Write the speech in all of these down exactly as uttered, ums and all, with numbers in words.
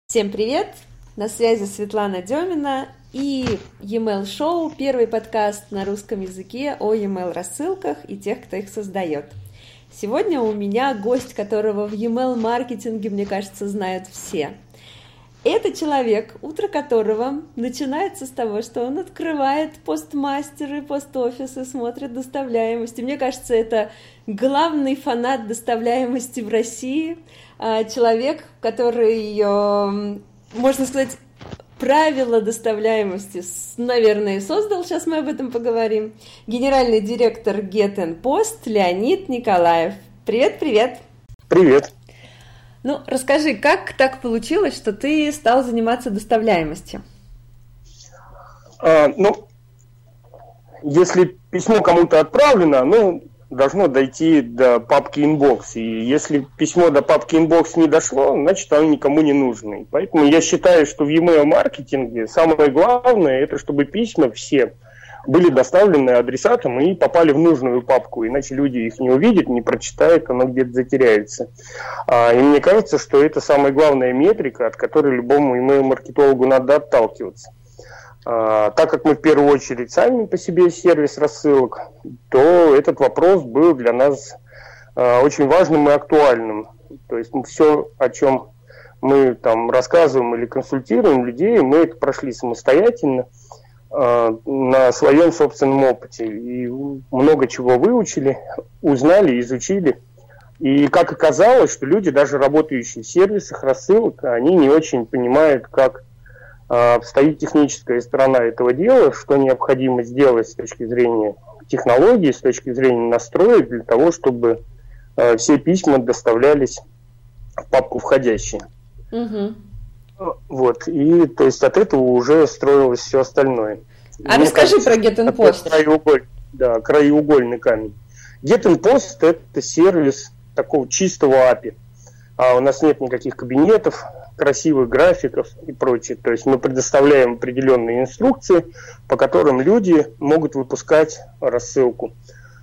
Всем привет! На связи Светлана Демина и e-mail Show, первый подкаст на русском языке о e-mail рассылках и тех, кто их создает. Сегодня у меня гость, которого в e-mail маркетинге, мне кажется, знают все. Это человек, утро которого начинается с того, что он открывает постмастеры, постофисы, смотрит доставляемость. И мне кажется, это главный фанат доставляемости в России. Человек, который, можно сказать, правила доставляемости, наверное, создал. Сейчас мы об этом поговорим. Генеральный директор GetInPost Леонид Николаев. Привет-привет! Привет! Ну, расскажи, как так получилось, что ты стал заниматься доставляемостью? А, ну, если письмо кому-то отправлено, оно должно дойти до папки Inbox. И если письмо до папки Inbox не дошло, значит, оно никому не нужно. И поэтому я считаю, что в e-mail маркетинге самое главное, это чтобы письма все были доставлены адресатам и попали в нужную папку, иначе люди их не увидят, не прочитают, оно где-то затеряется. И мне кажется, что это самая главная метрика, от которой любому email-маркетологу надо отталкиваться. Так как мы в первую очередь сами по себе сервис рассылок, то этот вопрос был для нас очень важным и актуальным. То есть все, о чем мы там рассказываем или консультируем людей, мы это прошли самостоятельно, на своем собственном опыте. И много чего выучили, узнали, изучили. И как оказалось, что люди, даже работающие в сервисах рассылок, они не очень понимают, как обстоит техническая сторона этого дела, что необходимо сделать с точки зрения технологий, с точки зрения настроек, для того, чтобы все письма доставлялись в папку входящие. Угу. Вот, и то есть от этого уже строилось все остальное. А Мне расскажи кажется, про GetInPost. Краеуголь, да, краеугольный камень. GetInPost – это сервис такого чистого эй пи ай. А у нас нет никаких кабинетов, красивых графиков и прочее. То есть мы предоставляем определенные инструкции, по которым люди могут выпускать рассылку.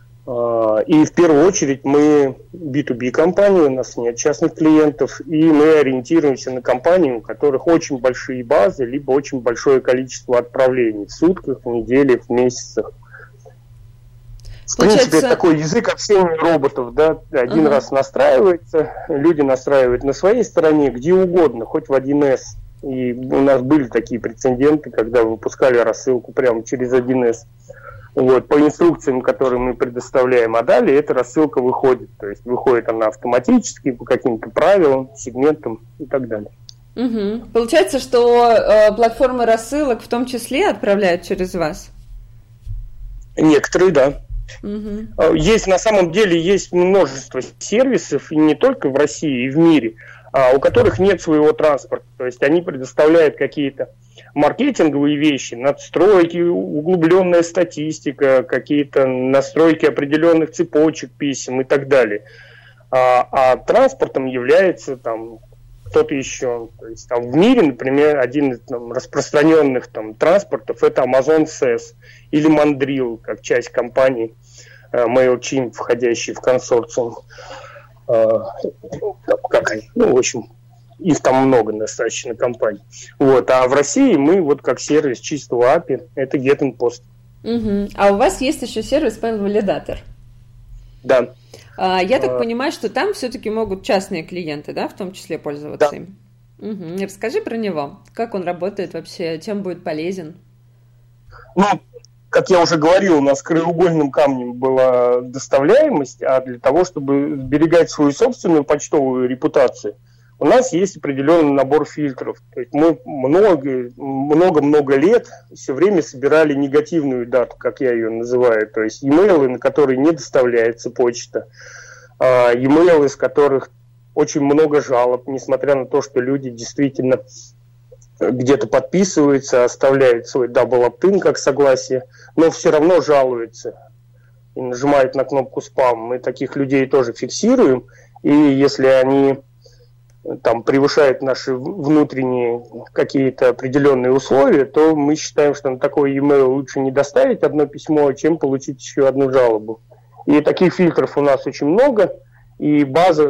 И в первую очередь мы би ту би компания, у нас нет частных клиентов, и мы ориентируемся на компании, у которых очень большие базы, либо очень большое количество отправлений в сутках, в неделях, в месяцах. В Получается... принципе, это такой язык общения роботов, да, один uh-huh. раз настраивается, люди настраивают на своей стороне, где угодно, хоть в один эс. И у нас были такие прецеденты, когда выпускали рассылку прямо через один эс. Вот, по инструкциям, которые мы предоставляем, а далее эта рассылка выходит. То есть выходит она автоматически по каким-то правилам, сегментам и так далее. Угу. Получается, что э, платформы рассылок в том числе отправляют через вас? Некоторые, да. Угу. Есть, на самом деле, есть множество сервисов, и не только в России, и в мире, а, у которых нет своего транспорта. То есть они предоставляют какие-то маркетинговые вещи, надстройки, углубленная статистика, какие-то настройки определенных цепочек писем и так далее. А, а транспортом является там кто-то еще. То есть там в мире, например, один из там, распространенных там, транспортов это Amazon эс эс или Mandrill, как часть компании MailChimp, входящей в консорциум. А, как они? Ну, в общем, их там много достаточно компаний. Вот. А в России мы вот как сервис чистого эй пи ай, это GetInPost. Угу. А у вас есть еще сервис Mail-Validator? Да. А, я так а... понимаю, что там все-таки могут частные клиенты, да, в том числе пользоваться да. им? Угу. Расскажи про него. Как он работает вообще, чем будет полезен? Ну, как я уже говорил, у нас краеугольным камнем была доставляемость, а для того, чтобы сберегать свою собственную почтовую репутацию, у нас есть определенный набор фильтров. То есть мы много-много лет все время собирали негативную дату, как я ее называю. То есть e-mail, на которые не доставляется почта, e-mail, из которых очень много жалоб, несмотря на то, что люди действительно где-то подписываются, оставляют свой double opt-in как согласие, но все равно жалуются и нажимают на кнопку спам. Мы таких людей тоже фиксируем, и если они там превышает наши внутренние какие-то определенные условия, то мы считаем, что на такой e-mail лучше не доставить одно письмо, чем получить еще одну жалобу. И таких фильтров у нас очень много, и база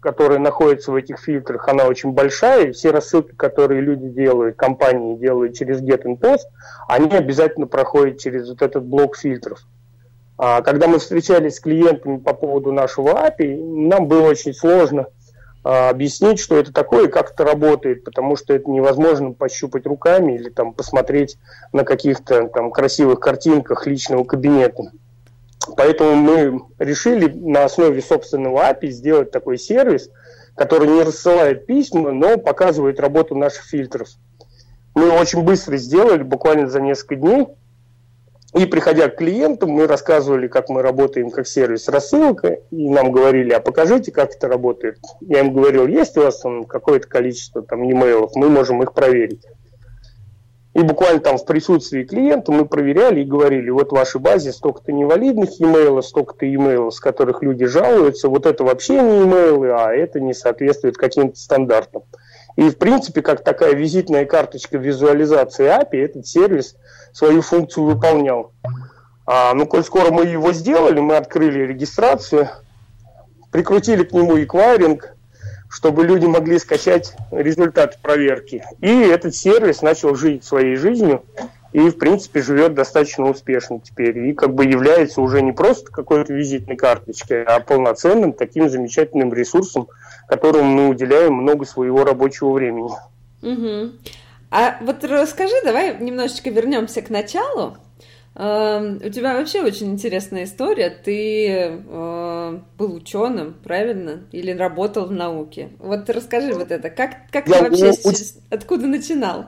которая находится в этих фильтрах, она очень большая, и все рассылки, которые люди делают, компании делают через Get and Post, они обязательно проходят через вот этот блок фильтров. А когда мы встречались с клиентами по поводу нашего эй пи ай, нам было очень сложно а, объяснить, что это такое и как это работает, потому что это невозможно пощупать руками или там посмотреть на каких-то там красивых картинках личного кабинета. Поэтому мы решили на основе собственного эй пи ай сделать такой сервис, который не рассылает письма, но показывает работу наших фильтров. Мы очень быстро сделали, буквально за несколько дней. И приходя к клиентам, мы рассказывали, как мы работаем как сервис рассылка, и нам говорили, а покажите, как это работает. Я им говорил, есть у вас там какое-то количество там e-mail'ов, мы можем их проверить. И буквально там в присутствии клиента мы проверяли и говорили, вот в вашей базе столько-то невалидных e-mail'ов, столько-то e-mail'ов, с которых люди жалуются, вот это вообще не e-mail'ы, а это не соответствует каким-то стандартам. И, в принципе, как такая визитная карточка визуализации эй пи ай, этот сервис свою функцию выполнял. А, ну, коль скоро мы его сделали, мы открыли регистрацию, прикрутили к нему эквайринг, чтобы люди могли скачать результаты проверки. И этот сервис начал жить своей жизнью и, в принципе, живет достаточно успешно теперь. И как бы является уже не просто какой-то визитной карточкой, а полноценным таким замечательным ресурсом, которому мы уделяем много своего рабочего времени. Угу. А вот расскажи, давай немножечко вернемся к началу. Uh, у тебя вообще очень интересная история. Ты uh, был ученым, правильно? Или работал в науке? Вот расскажи вот это. Как, как я ты вообще... уч... Откуда начинал?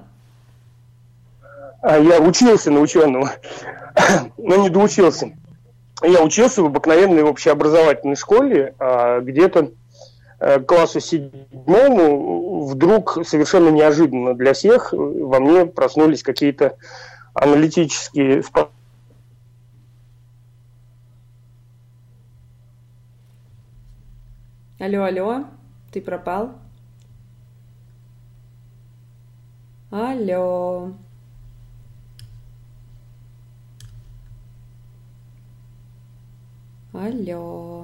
Я учился на ученого, но не доучился. Я учился в обыкновенной общеобразовательной школе, где-то к классу седьмому вдруг совершенно неожиданно для всех во мне проснулись какие-то аналитические способности. Алло, алло, ты пропал? Алло. Алло.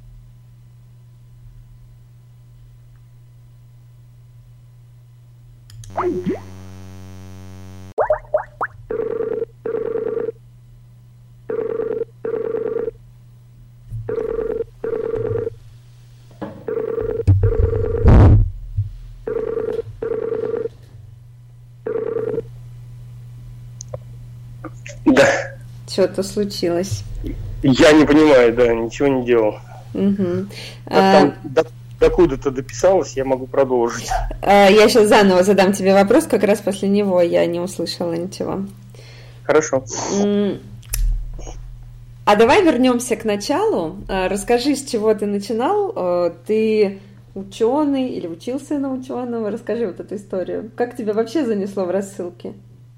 Да. Что-то случилось. Я не понимаю, да, ничего не делал. Угу. А там до, докуда-то дописалось, я могу продолжить. Я сейчас заново задам тебе вопрос, как раз после него я не услышала ничего. Хорошо. А давай вернемся к началу. Расскажи, с чего ты начинал. Ты ученый или учился на ученого? Расскажи вот эту историю. Как тебя вообще занесло в рассылки?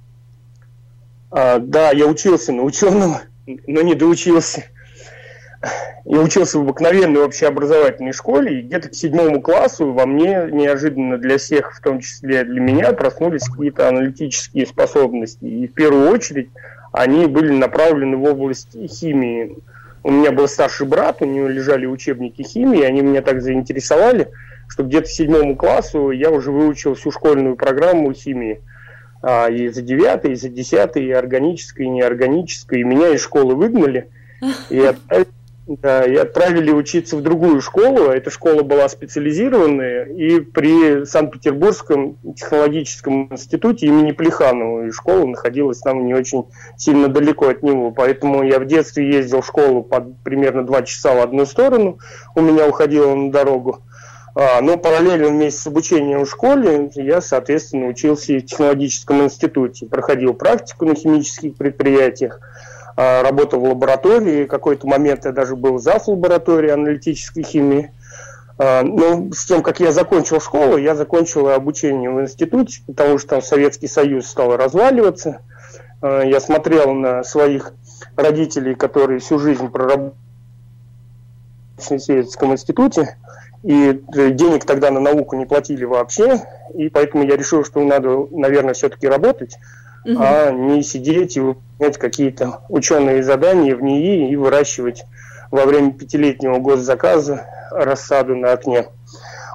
А, да, я учился на ученого, но не доучился. Я учился в обыкновенной общеобразовательной школе, и где-то к седьмому классу во мне неожиданно для всех, в том числе для меня, проснулись какие-то аналитические способности. И в первую очередь они были направлены в область химии. У меня был старший брат, у него лежали учебники химии, они меня так заинтересовали, что где-то к седьмому классу я уже выучил всю школьную программу химии. А, и за девятый, и за десятый, и органической, и неорганической. И меня из школы выгнали и отправили, да, и отправили учиться в другую школу. Эта школа была специализированная, и при Санкт-Петербургском технологическом институте имени Плеханова. И школа находилась там не очень сильно далеко от него. Поэтому я в детстве ездил в школу под примерно два часа в одну сторону. У меня уходило на дорогу. А, но параллельно вместе с обучением в школе я, соответственно, учился в технологическом институте. Проходил практику на химических предприятиях, а, работал в лаборатории. В какой-то момент я даже был зав. Лаборатории аналитической химии. А, но с тем, как я закончил школу, я закончил обучение в институте, потому что там Советский Союз стал разваливаться. А, я смотрел на своих родителей, которые всю жизнь проработали в Советском институте. И денег тогда на науку не платили вообще, и поэтому я решил, что надо, наверное, все-таки работать, угу. а не сидеть и выполнять какие-то ученые задания в НИИ и выращивать во время пятилетнего госзаказа рассаду на окне.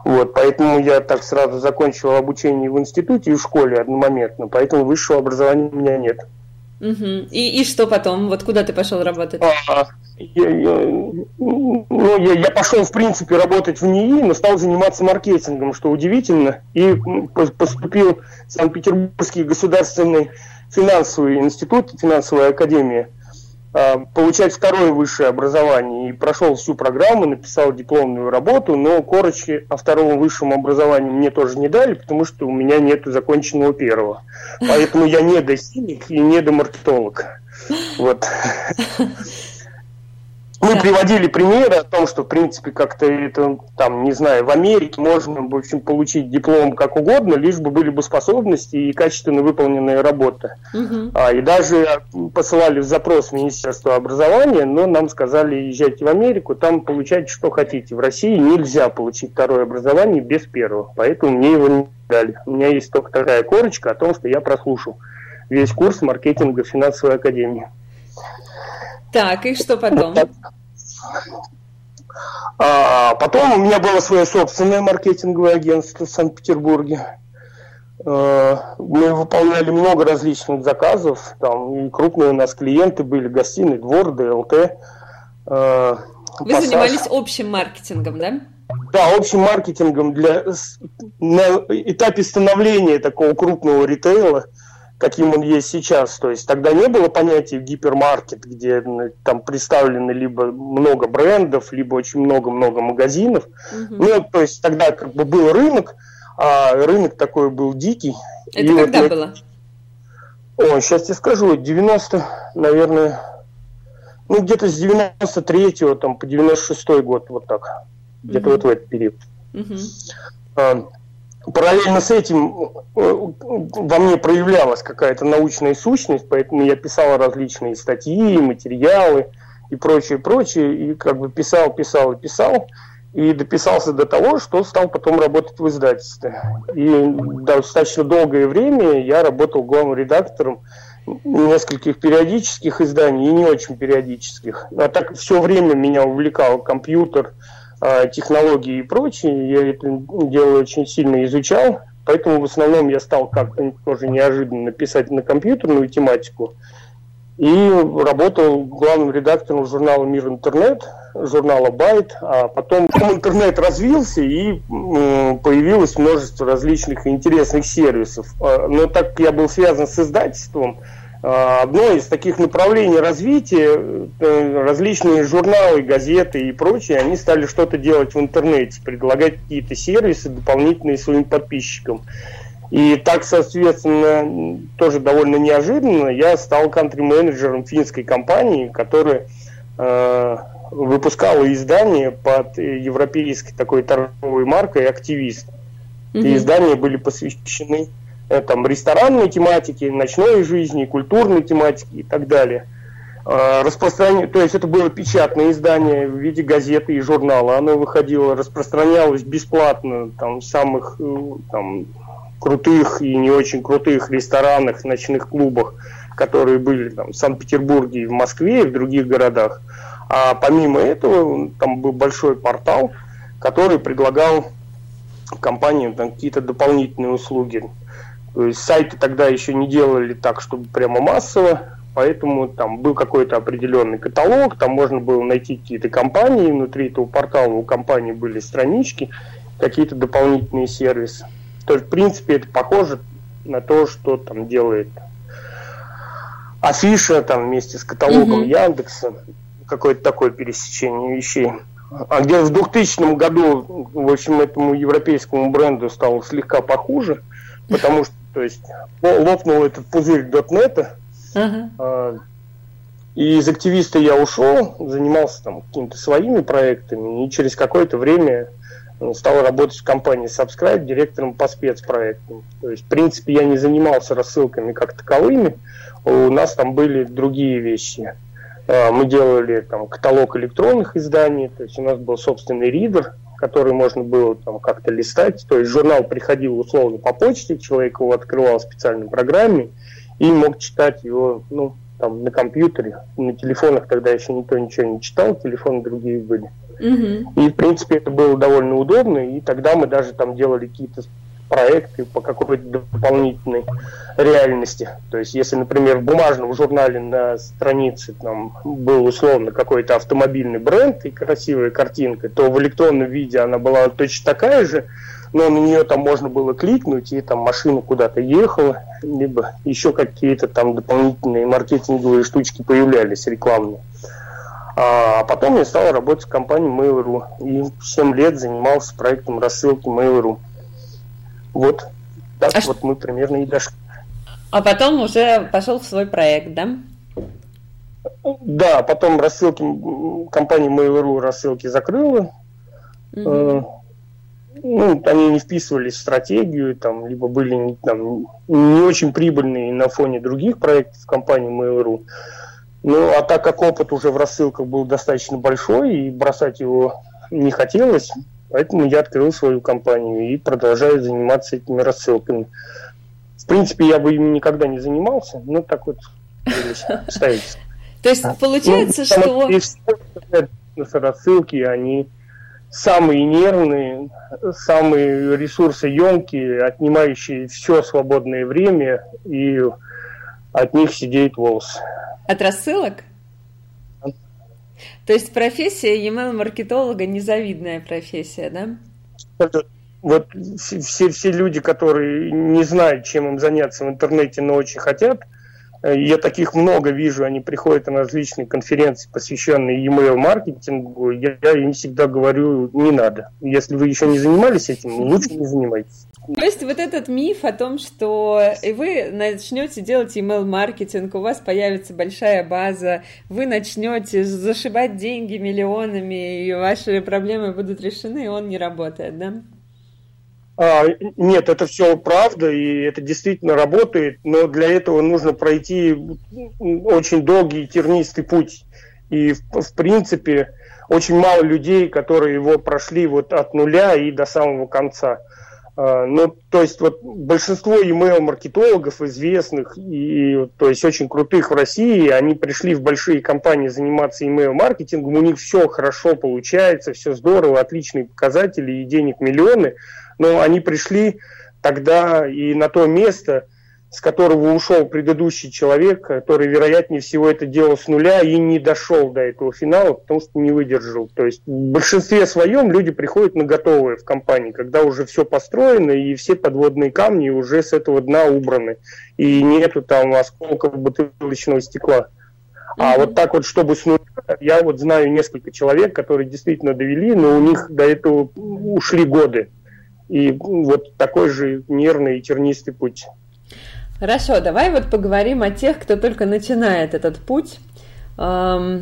Вот, поэтому я так сразу закончил обучение в институте и в школе одномоментно, поэтому высшего образования у меня нет. Угу. И, и что потом? Вот куда ты пошел работать? А, я, я, ну, я, я пошел, в принципе, работать в НИИ, но стал заниматься маркетингом, что удивительно, и поступил в Санкт-Петербургский государственный финансовый институт, финансовая академия, получать второе высшее образование. И прошел всю программу, написал дипломную работу, но корочки о втором высшем образовании мне тоже не дали, потому что у меня нет законченного первого. Поэтому я не дохимик и не домаркетолог. Вот. Мы приводили примеры о том, что, в принципе, как-то это, там, не знаю, в Америке можно, в общем, получить диплом как угодно, лишь бы были бы способности и качественно выполненная работа. Uh-huh. А, и даже посылали запрос в Министерство образования, но нам сказали, езжайте в Америку, там получайте, что хотите. В России нельзя получить второе образование без первого, поэтому мне его не дали. У меня есть только такая корочка о том, что я прослушал весь курс маркетинга в финансовой академии. Так, и что потом? А потом у меня было свое собственное маркетинговое агентство в Санкт-Петербурге. Мы выполняли много различных заказов. Там и крупные у нас клиенты были, гостиный двор, ДЛТ. Вы Пассаж. Занимались общим маркетингом, да? Да, общим маркетингом для, на этапе становления такого крупного ритейла, каким он есть сейчас. То есть тогда не было понятия гипермаркет, где там представлены либо много брендов, либо очень много-много магазинов. Угу. Ну, то есть тогда как бы был рынок, а рынок такой был дикий. Это и когда вот, было? О, сейчас я скажу, девяносто, наверное, ну где-то с девяносто третьего там, по девяносто шестой год, вот так. Где-то угу. вот в этот период. Угу. А, Параллельно с этим во мне проявлялась какая-то научная сущность, поэтому я писал различные статьи, материалы и прочее, прочее, и как бы писал, писал и писал, и дописался до того, что стал потом работать в издательстве. И достаточно долгое время я работал главным редактором нескольких периодических изданий и не очень периодических. А так все время меня увлекал компьютер, технологии и прочее, я это дело очень сильно изучал, поэтому в основном я стал как-то тоже неожиданно писать на компьютерную тематику и работал главным редактором журнала «Мир Интернет», журнала «Байт», а потом интернет развился и появилось множество различных интересных сервисов. Но так как я был связан с издательством, одно из таких направлений развития, различные журналы, газеты и прочее, они стали что-то делать в интернете, предлагать какие-то сервисы дополнительные своим подписчикам. И так, соответственно, тоже довольно неожиданно, я стал кантри-менеджером финской компании, которая э, выпускала издания под европейской такой торговой маркой «Активист». Mm-hmm. И издания были посвящены там ресторанной тематике, ночной жизни, культурной тематике и так далее. Распространение, то есть это было печатное издание в виде газеты и журнала. Оно выходило, распространялось бесплатно там, в самых там, крутых и не очень крутых ресторанах, ночных клубах, которые были там, в Санкт-Петербурге, и в Москве и в других городах. А помимо этого там был большой портал, который предлагал компаниям там, какие-то дополнительные услуги. То есть сайты тогда еще не делали так, чтобы прямо массово, поэтому там был какой-то определенный каталог, там можно было найти какие-то компании, внутри этого портала у компании были странички, какие-то дополнительные сервисы. То есть, в принципе, это похоже на то, что там делает Афиша там, вместе с каталогом mm-hmm. Яндекса, какое-то такое пересечение вещей. А где в двухтысячном году, в общем, этому европейскому бренду стало слегка похуже, потому что, то есть, лопнул этот пузырь дотнета, uh-huh. и из активиста я ушел, занимался там какими-то своими проектами, и через какое-то время стал работать в компании Subscribe директором по спецпроектам. То есть, в принципе, я не занимался рассылками как таковыми, у нас там были другие вещи. Мы делали там каталог электронных изданий, то есть у нас был собственный ридер, который можно было там как-то листать. То есть журнал приходил условно по почте, человек его открывал в специальной программе и мог читать его, ну, там на компьютере, на телефонах тогда еще никто ничего не читал, телефоны другие были. Mm-hmm. И, в принципе, это было довольно удобно, и тогда мы даже там делали какие-то проекты по какой-то дополнительной реальности. То есть, если, например, в бумажном журнале на странице там был условно какой-то автомобильный бренд и красивая картинка, то в электронном виде она была точно такая же, но на нее там можно было кликнуть, и там машина куда-то ехала, либо еще какие-то там дополнительные маркетинговые штучки появлялись, рекламные. А потом я стал работать в компании Mail.ru и семь лет занимался проектом рассылки Mail.ru. Вот, так а вот ш... мы примерно и дошли. А потом уже пошел в свой проект, да? Да, потом рассылки, компания Mail.ru рассылки закрыла. Угу. Ну, они не вписывались в стратегию, там, либо были там, не очень прибыльные на фоне других проектов компании Mail.ru. Ну, а так как опыт уже в рассылках был достаточно большой, и бросать его не хотелось, поэтому я открыл свою компанию и продолжаю заниматься этими рассылками. В принципе, я бы ими никогда не занимался, но так вот ставится. То есть получается, что... Рассылки, они самые нервные, самые ресурсоемкие, отнимающие все свободное время, и от них сидеет волос. От рассылок? То есть профессия e-mail-маркетолога незавидная профессия, да? Вот все, все люди, которые не знают, чем им заняться в интернете, но очень хотят, я таких много вижу, они приходят на различные конференции, посвященные e-mail-маркетингу, я, я им всегда говорю, не надо. Если вы еще не занимались этим, лучше не занимайтесь. То есть вот этот миф о том, что вы начнете делать email-маркетинг, у вас появится большая база, вы начнете зашибать деньги миллионами, и ваши проблемы будут решены, он не работает, да? А, нет, это все правда, и это действительно работает, но для этого нужно пройти очень долгий тернистый путь. И, в, в принципе, очень мало людей, которые его прошли вот от нуля и до самого конца. А, ну, то есть, вот большинство email-маркетологов известных и, то есть, очень крутых в России, они пришли в большие компании заниматься email-маркетингом, у них все хорошо получается, все здорово, отличные показатели и денег миллионы. Но они пришли тогда и на то место, с которого ушел предыдущий человек, который, вероятнее всего, это делал с нуля и не дошел до этого финала, потому что не выдержал. То есть в большинстве своем люди приходят на готовое в компании, когда уже все построено и все подводные камни уже с этого дна убраны. И нету там осколков бутылочного стекла. А mm-hmm. вот так вот, чтобы с нуля, я вот знаю несколько человек, которые действительно довели, но у них до этого ушли годы. И вот такой же нервный и тернистый путь. Хорошо, давай вот поговорим о тех, кто только начинает этот путь. Что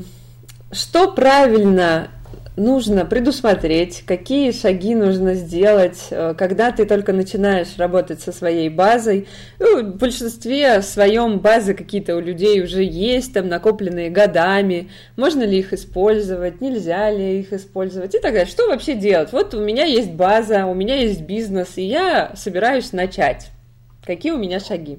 правильно нужно предусмотреть, какие шаги нужно сделать, когда ты только начинаешь работать со своей базой. Ну, в большинстве своем базы какие-то у людей уже есть, там накопленные годами. Можно ли их использовать, нельзя ли их использовать и так далее. Что вообще делать? Вот у меня есть база, у меня есть бизнес, и я собираюсь начать. Какие у меня шаги?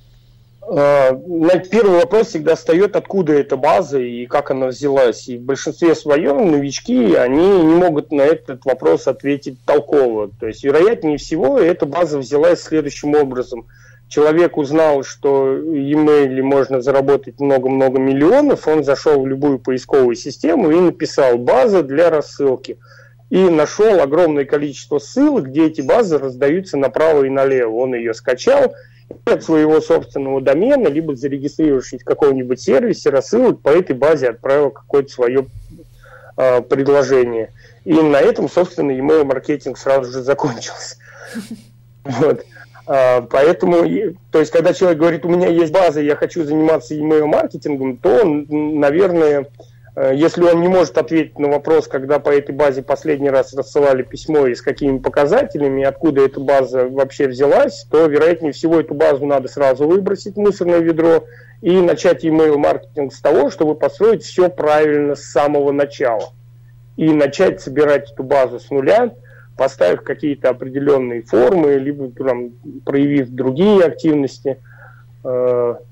Первый вопрос всегда встает, откуда эта база и как она взялась. И в большинстве своем новички, они не могут на этот вопрос ответить толково. То есть, вероятнее всего, эта база взялась следующим образом. Человек узнал, что в e-mail можно заработать много-много миллионов, он зашел в любую поисковую систему и написал «база для рассылки». И нашел огромное количество ссылок, где эти базы раздаются направо и налево. Он ее скачал от своего собственного домена, либо зарегистрировавшись в каком-нибудь сервисе, рассылок по этой базе отправил какое-то свое э, предложение. И на этом, собственно, email-маркетинг сразу же закончился. Вот. А, поэтому, то есть, когда человек говорит, у меня есть база, я хочу заниматься email-маркетингом, то он, наверное, если он не может ответить на вопрос, когда по этой базе последний раз рассылали письмо и с какими показателями, откуда эта база вообще взялась, то, вероятнее всего, эту базу надо сразу выбросить в мусорное ведро и начать email-маркетинг с того, чтобы построить все правильно с самого начала. И начать собирать эту базу с нуля, поставив какие-то определенные формы, либо там, проявив другие активности.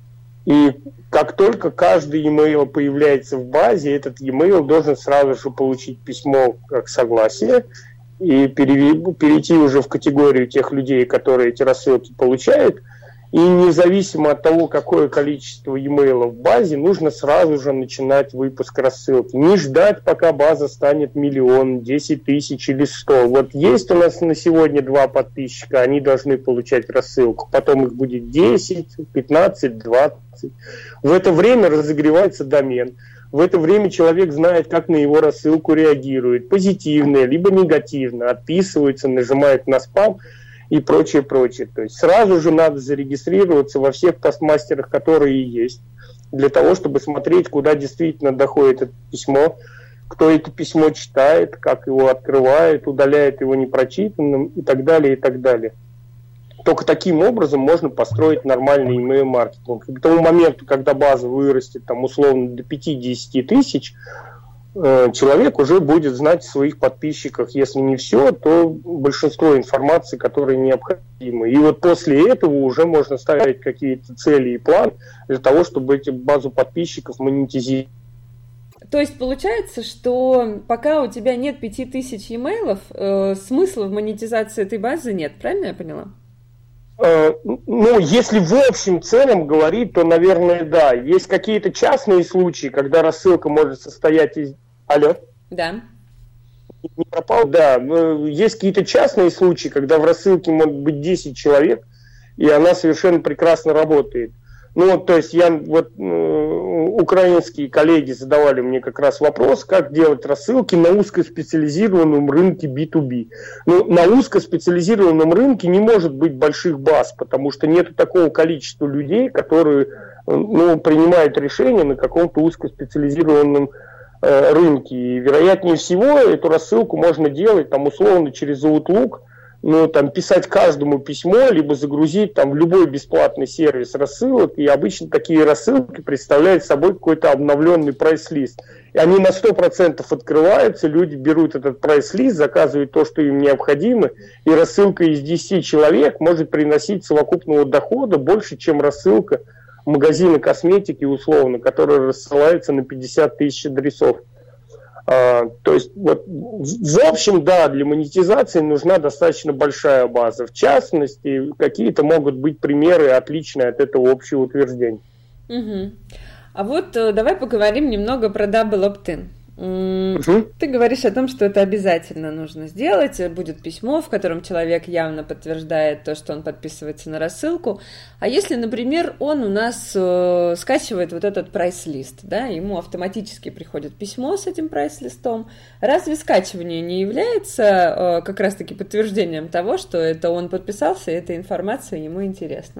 И как только каждый e-mail появляется в базе, этот e-mail должен сразу же получить письмо как согласие и перейти уже в категорию тех людей, которые эти рассылки получают. И независимо от того, какое количество e-mail в базе, нужно сразу же начинать выпуск рассылки. Не ждать, пока база станет миллион, десять тысяч или сто. Вот есть у нас на сегодня два подписчика, они должны получать рассылку. Потом их будет десять, пятнадцать, двадцать. В это время разогревается домен. В это время человек знает, как на его рассылку реагирует. Позитивно, либо негативно. Отписывается, нажимает на спам и прочее, прочее. То есть сразу же надо зарегистрироваться во всех постмастерах, которые есть, для того, чтобы смотреть, куда действительно доходит это письмо, кто это письмо читает, как его открывает, удаляет его непрочитанным и так далее, и так далее. Только таким образом можно построить нормальный email-маркетинг. И к тому моменту, когда база вырастет там, условно до пяти-десяти тысяч, человек уже будет знать о своих подписчиках, если не все, то большинство информации, которые необходимы. И вот после этого уже можно ставить какие-то цели и план для того, чтобы эту базу подписчиков монетизировать. То есть получается, что пока у тебя нет пяти тысяч имейлов, э, смысла в монетизации этой базы нет, правильно я поняла? Э, ну, если в общем целом говорить, то, наверное, да. Есть какие-то частные случаи, когда рассылка может состоять из... Алло? Да. Не пропал? Да. Есть какие-то частные случаи, когда в рассылке может быть десять человек, и она совершенно прекрасно работает. Ну, то есть я вот э, украинские коллеги задавали мне как раз вопрос, как делать рассылки на узкоспециализированном рынке би ту би. Ну, на узкоспециализированном рынке не может быть больших баз, потому что нет такого количества людей, которые ну, принимают решения на каком-то узкоспециализированном э, рынке. И вероятнее всего эту рассылку можно делать там условно через Outlook, ну, там, писать каждому письмо, либо загрузить там, в любой бесплатный сервис рассылок. И обычно такие рассылки представляют собой какой-то обновленный прайс-лист. И они на сто процентов открываются, люди берут этот прайс-лист, заказывают то, что им необходимо, и рассылка из десяти человек может приносить совокупного дохода больше, чем рассылка магазина косметики, условно, которая рассылается на пятьдесят тысяч адресов. А, то есть, вот, в общем, да, для монетизации нужна достаточно большая база. В частности, какие-то могут быть примеры, отличные от этого общего утверждения. Угу. А вот давай поговорим немного про Double Opt-in. Угу. Ты говоришь о том, что это обязательно нужно сделать. Будет письмо, в котором человек явно подтверждает то, что он подписывается на рассылку. А если, например, он у нас э, скачивает вот этот прайс-лист, да, ему автоматически приходит письмо с этим прайс-листом, разве скачивание не является э, как раз-таки подтверждением того, что это он подписался, и эта информация ему интересна?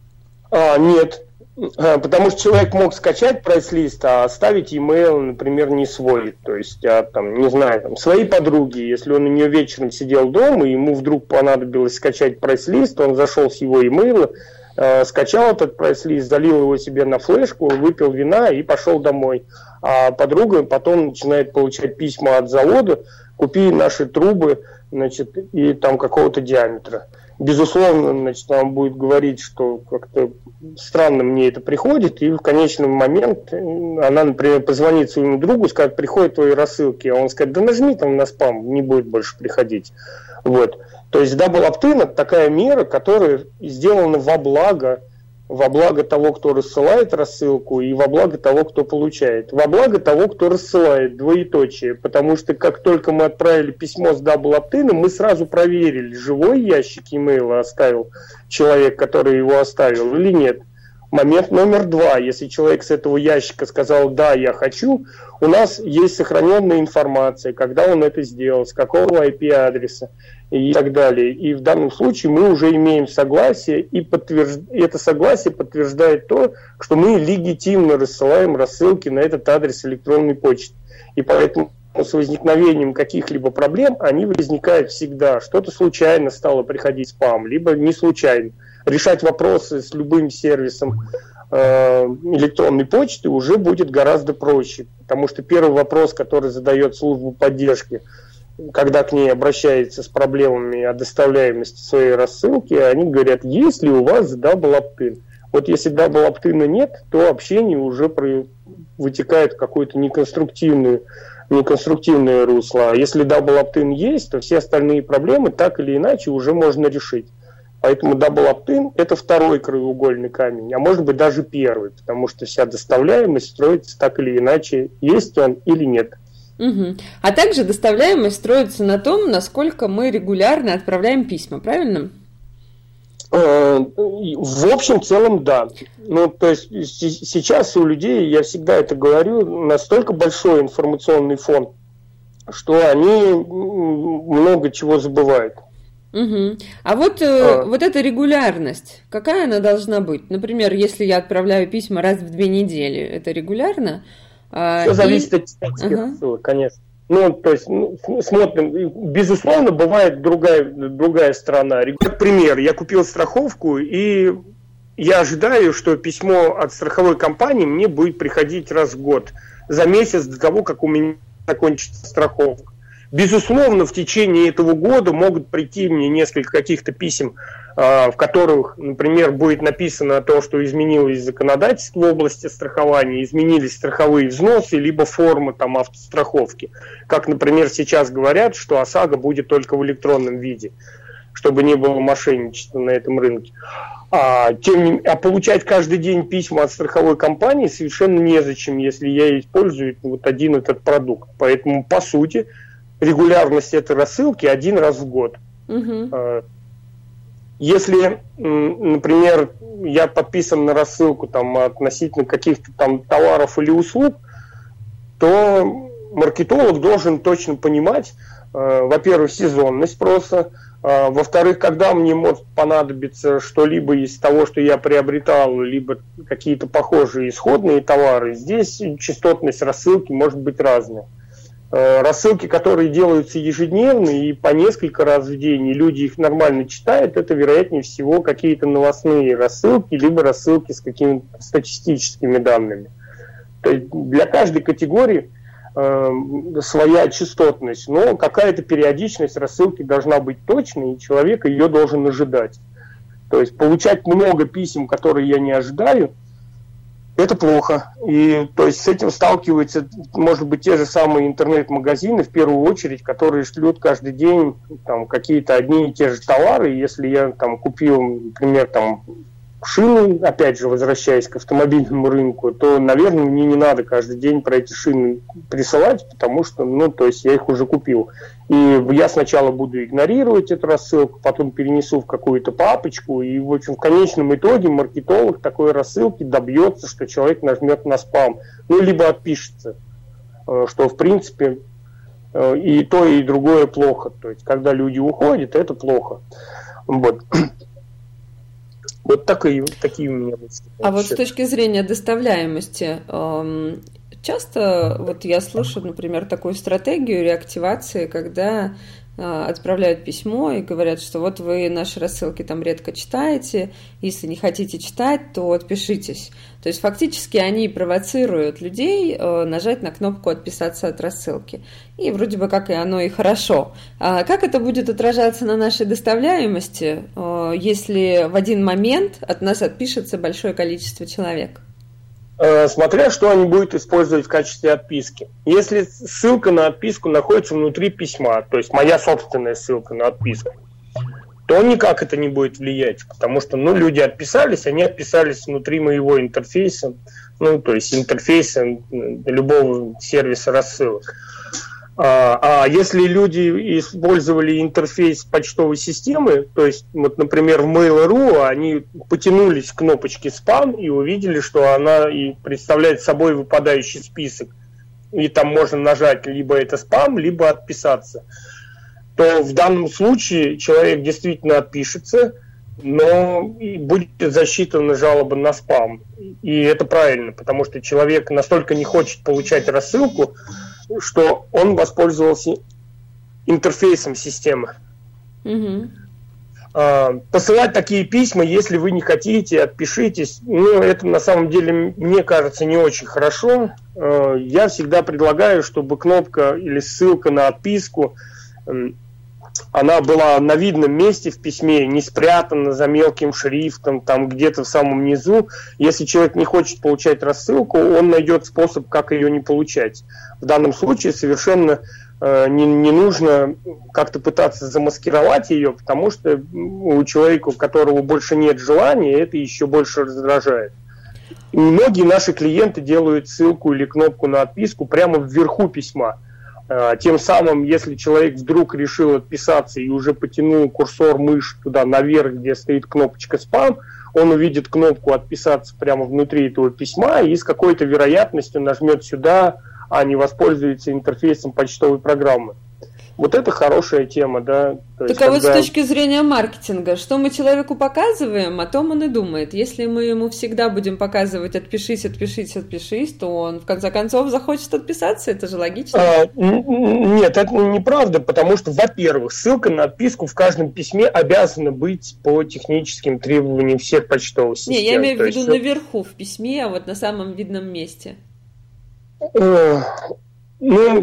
А, нет. Потому что человек мог скачать прайс-лист, а оставить e-mail, например, не свой. То есть, а, там, не знаю, там, своей подруги, если он у нее вечером сидел дома, и ему вдруг понадобилось скачать прайс-лист, он зашел с его e-mail, э, скачал этот прайс-лист, залил его себе на флешку, выпил вина и пошел домой. А подруга потом начинает получать письма от завода: купи наши трубы, значит, и там какого-то диаметра. Безусловно, значит, он будет говорить, что как-то странно мне это приходит, и в конечный момент она, например, позвонит своему другу, скажет: приходят твои рассылки, а он скажет: да нажми там на спам, не будет больше приходить. Вот. То есть Double Opt-in — это такая мера, которая сделана во благо, во благо того, кто рассылает рассылку, и во благо того, кто получает. Во благо того, кто рассылает, двоеточие. Потому что как только мы отправили письмо с Double Opt-in, мы сразу проверили, живой ящик имейла оставил человек, который его оставил, или нет. Момент номер два. Если человек с этого ящика сказал: да, я хочу, у нас есть сохраненная информация, когда он это сделал, с какого ай пи-адреса и так далее. И в данном случае мы уже имеем согласие, и подтвержд... это согласие подтверждает то, что мы легитимно рассылаем рассылки на этот адрес электронной почты. И поэтому с возникновением каких-либо проблем они возникают всегда. Что-то случайно стало приходить спам, либо не случайно. Решать вопросы с любым сервисом э, электронной почты уже будет гораздо проще, потому что первый вопрос, который задает службу поддержки, когда к ней обращается с проблемами о доставляемости своей рассылки, они говорят: есть ли у вас Double Opt-in? Вот если double opt-in нет, то общение уже вытекает в какое-то неконструктивное, неконструктивное русло. А если double opt-in есть, то все остальные проблемы так или иначе уже можно решить. Поэтому double opt-in – это второй краеугольный камень, а может быть даже первый, потому что вся доставляемость строится так или иначе, есть он или нет. Угу. А также доставляемость строится на том, насколько мы регулярно отправляем письма, правильно? В общем, в целом, да. Ну, то есть сейчас у людей, я всегда это говорю, настолько большой информационный фон, что они много чего забывают. Угу. А вот, а вот эта регулярность, какая она должна быть? Например, если я отправляю письма раз в две недели, это регулярно? Все зависит и... от тематических ага. ссылок, конечно. Ну, то есть, ну, смотрим, безусловно, бывает другая, другая сторона. Как пример, я купил страховку, и я ожидаю, что письмо от страховой компании мне будет приходить раз в год, за месяц до того, как у меня закончится страховка. Безусловно, в течение этого года могут прийти мне несколько каких-то писем, в которых, например, будет написано то, что изменилось законодательство в области страхования, изменились страховые взносы, либо форма там, автостраховки. Как, например, сейчас говорят, что ОСАГО будет только в электронном виде, чтобы не было мошенничества на этом рынке. А, тем не, а получать каждый день письма от страховой компании совершенно незачем, если я использую вот один этот продукт. Поэтому, по сути, регулярность этой рассылки один раз в год. Угу. Если, например, я подписан на рассылку там, относительно каких-то там товаров или услуг, то маркетолог должен точно понимать, во-первых, сезонность спроса, во-вторых, когда мне может понадобиться что-либо из того, что я приобретал, либо какие-то похожие исходные товары. Здесь частотность рассылки может быть разная. Рассылки, которые делаются ежедневно и по несколько раз в день, и люди их нормально читают, это, вероятнее всего, какие-то новостные рассылки, либо рассылки с какими-то статистическими данными. То есть для каждой категории э, своя частотность, но какая-то периодичность рассылки должна быть точной, и человек ее должен ожидать. То есть получать много писем, которые я не ожидаю, это плохо. И то есть с этим сталкиваются, может быть, те же самые интернет-магазины, в первую очередь, которые шлют каждый день там, какие-то одни и те же товары. Если я там купил, например, там, шины, опять же, возвращаясь к автомобильному рынку, то, наверное, мне не надо каждый день про эти шины присылать, потому что, ну, то есть я их уже купил. И я сначала буду игнорировать эту рассылку, потом перенесу в какую-то папочку, и, в общем, в конечном итоге маркетолог такой рассылки добьется, что человек нажмет на спам, ну, либо отпишется, что, в принципе, и то, и другое плохо. То есть, когда люди уходят, это плохо. Вот. Вот такие, такие у меня мысли. А вот с точки зрения доставляемости, эм, часто вот я слышу, например, такую стратегию реактивации, когда э, отправляют письмо и говорят, что вот вы наши рассылки там редко читаете, если не хотите читать, то отпишитесь. То есть фактически они провоцируют людей э, нажать на кнопку «Отписаться от рассылки». И вроде бы как и оно и хорошо. А как это будет отражаться на нашей доставляемости, э, если в один момент от нас отпишется большое количество человек? Смотря что они будут использовать в качестве отписки. Если ссылка на отписку находится внутри письма, то есть моя собственная ссылка на отписку, то никак это не будет влиять, потому что, ну, люди отписались, они отписались внутри моего интерфейса, ну, то есть интерфейса любого сервиса рассылок. А, а если люди использовали интерфейс почтовой системы, то есть, вот, например, в Mail.ru, они потянулись к кнопочке «Спам» и увидели, что она и представляет собой выпадающий список, и там можно нажать либо это спам, либо отписаться, то в данном случае человек действительно отпишется, но будет засчитана жалоба на спам. И это правильно, потому что человек настолько не хочет получать рассылку, что он воспользовался интерфейсом системы. Угу. Посылать такие письма, если вы не хотите, отпишитесь. Ну, это на самом деле, мне кажется, не очень хорошо. Я всегда предлагаю, чтобы кнопка или ссылка на отписку она была на видном месте в письме, не спрятана за мелким шрифтом, там где-то в самом низу. Если человек не хочет получать рассылку, он найдет способ, как ее не получать. В данном случае совершенно э, не, не нужно как-то пытаться замаскировать ее, потому что у человека, у которого больше нет желания, это еще больше раздражает. И многие наши клиенты делают ссылку или кнопку на отписку прямо вверху письма. Тем самым, если человек вдруг решил отписаться и уже потянул курсор мыши туда наверх, где стоит кнопочка «Спам», он увидит кнопку «Отписаться» прямо внутри этого письма и с какой-то вероятностью нажмет сюда, а не воспользуется интерфейсом почтовой программы. Вот это хорошая тема, да. То так есть, а когда... вот с точки зрения маркетинга, что мы человеку показываем, о том он и думает. Если мы ему всегда будем показывать «отпишись, отпишись, отпишись», то он в конце концов захочет отписаться, это же логично. А, нет, это неправда, потому что, во-первых, ссылка на отписку в каждом письме обязана быть по техническим требованиям всех почтовых систем. Не, я имею в виду есть... наверху в письме, а вот на самом видном месте. Ну...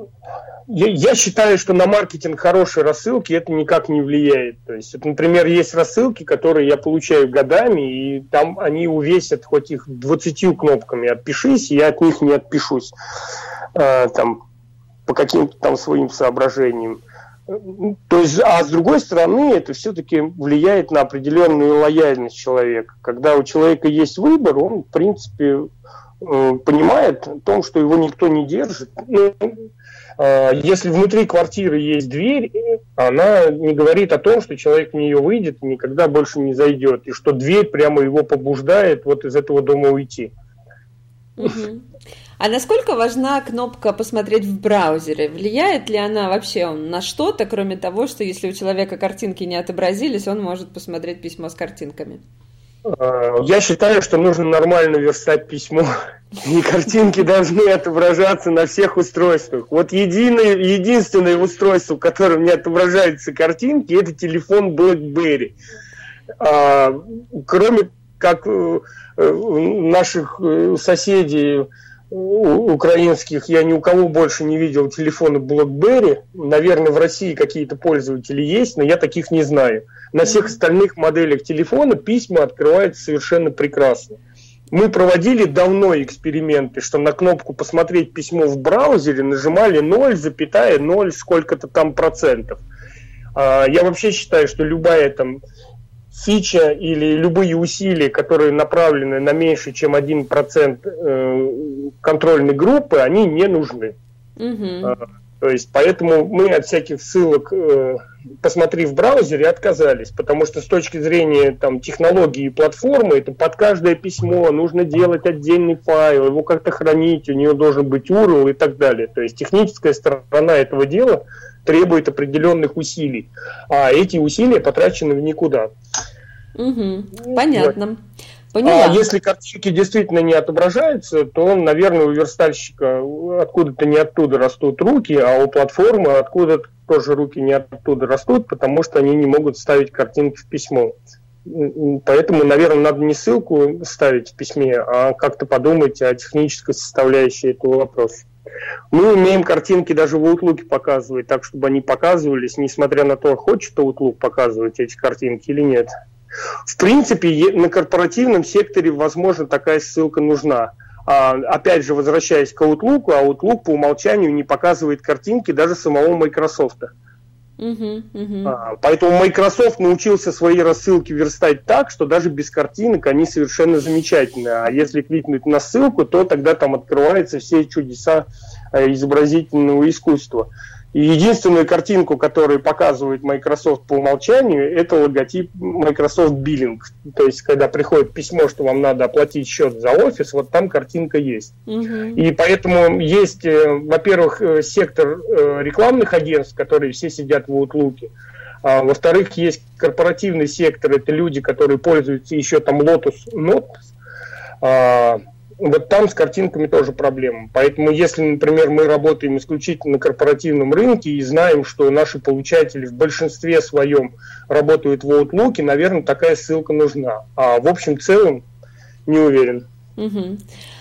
Я считаю, что на маркетинг хорошей рассылки это никак не влияет. То есть, это, например, есть рассылки, которые я получаю годами, и там они увесят хоть их двадцатью кнопками «Отпишись», и я от них не отпишусь а, там, по каким-то там своим соображениям. То есть, а с другой стороны, это все-таки влияет на определенную лояльность человека. Когда у человека есть выбор, он, в принципе, понимает о том, что его никто не держит. Ну, если внутри квартиры есть дверь, она не говорит о том, что человек в нее выйдет и никогда больше не зайдет, и что дверь прямо его побуждает вот из этого дома уйти. Угу. А насколько важна кнопка «Посмотреть в браузере»? Влияет ли она вообще на что-то, кроме того, что если у человека картинки не отобразились, он может посмотреть письмо с картинками? Я считаю, что нужно нормально верстать письмо, и картинки должны отображаться на всех устройствах. Вот единое, единственное устройство, в котором не отображаются картинки, это телефон BlackBerry. А, кроме как наших соседей украинских, я ни у кого больше не видел телефона BlackBerry. Наверное, в России какие-то пользователи есть, но я таких не знаю. На всех остальных моделях телефона письма открываются совершенно прекрасно. Мы проводили давно эксперименты, что на кнопку «Посмотреть письмо в браузере» нажимали ноль целых ноль сколько-то там процентов. Я вообще считаю, что любая там фича или любые усилия, которые направлены на меньше, чем один процент контрольной группы, они не нужны. Угу. То есть, поэтому мы от всяких ссылок «посмотри в браузере» отказались, потому что с точки зрения там, технологии и платформы, это под каждое письмо нужно делать отдельный файл, его как-то хранить, у нее должен быть ю ар эл и так далее. То есть техническая сторона этого дела требует определенных усилий, а эти усилия потрачены в никуда. Угу, понятно. Вот. Поняла. А если картинки действительно не отображаются, то, наверное, у верстальщика откуда-то не оттуда растут руки, а у платформы откуда-то тоже руки не оттуда растут, потому что они не могут ставить картинки в письмо. Поэтому, наверное, надо не ссылку ставить в письме, а как-то подумать о технической составляющей этого вопроса. Мы умеем картинки даже в Outlook показывать, так, чтобы они показывались, несмотря на то, хочет Outlook показывать эти картинки или нет. В принципе, на корпоративном секторе, возможно, такая ссылка нужна. А, опять же, возвращаясь к Outlook, Outlook по умолчанию не показывает картинки даже самого Microsoft. Uh-huh, uh-huh. А, поэтому Microsoft научился свои рассылки верстать так, что даже без картинок они совершенно замечательны. А если кликнуть на ссылку, то тогда там открываются все чудеса изобразительного искусства. И единственную картинку, которую показывает Microsoft по умолчанию, это логотип Microsoft Billing. То есть, когда приходит письмо, что вам надо оплатить счет за офис, вот там картинка есть. Угу. И поэтому есть, во-первых, сектор рекламных агентств, которые все сидят в Outlook. А, во-вторых, есть корпоративный сектор, это люди, которые пользуются еще там Lotus Notes. А, Вот там с картинками тоже проблема. Поэтому, если, например, мы работаем исключительно на корпоративном рынке и знаем, что наши получатели в большинстве своем работают в Outlook, наверное, такая ссылка нужна. А в общем целом не уверен. Угу.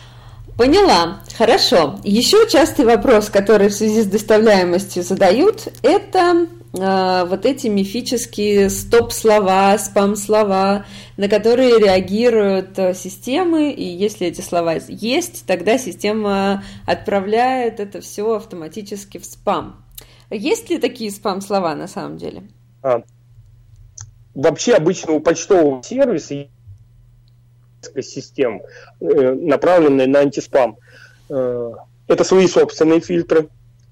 Поняла. Хорошо. Еще частый вопрос, который в связи с доставляемостью задают, это э, вот эти мифические стоп-слова, спам-слова, на которые реагируют системы, и если эти слова есть, тогда система отправляет это все автоматически в спам. Есть ли такие спам-слова на самом деле? А, вообще обычно у почтового сервиса есть систем, направленные на антиспам. Это свои собственные фильтры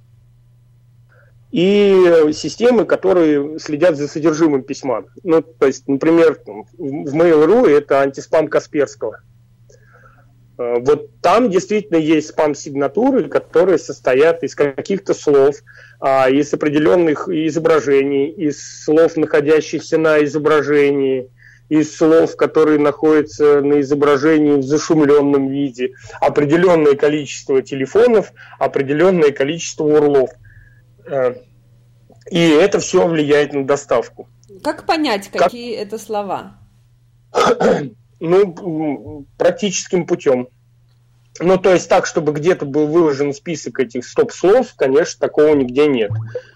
и системы, которые следят за содержимым письма. Ну, то есть, например, в Mail.ru это антиспам Касперского. Вот там действительно есть спам-сигнатуры, которые состоят из каких-то слов, из определенных изображений, из слов, находящихся на изображении, из слов, которые находятся на изображении в зашумленном виде, определенное количество телефонов, определенное количество урлов. И это все влияет на доставку. Как понять, какие как... это слова? Ну, практическим путем. Ну, то есть так, чтобы где-то был выложен список этих стоп-слов, конечно, такого нигде нет.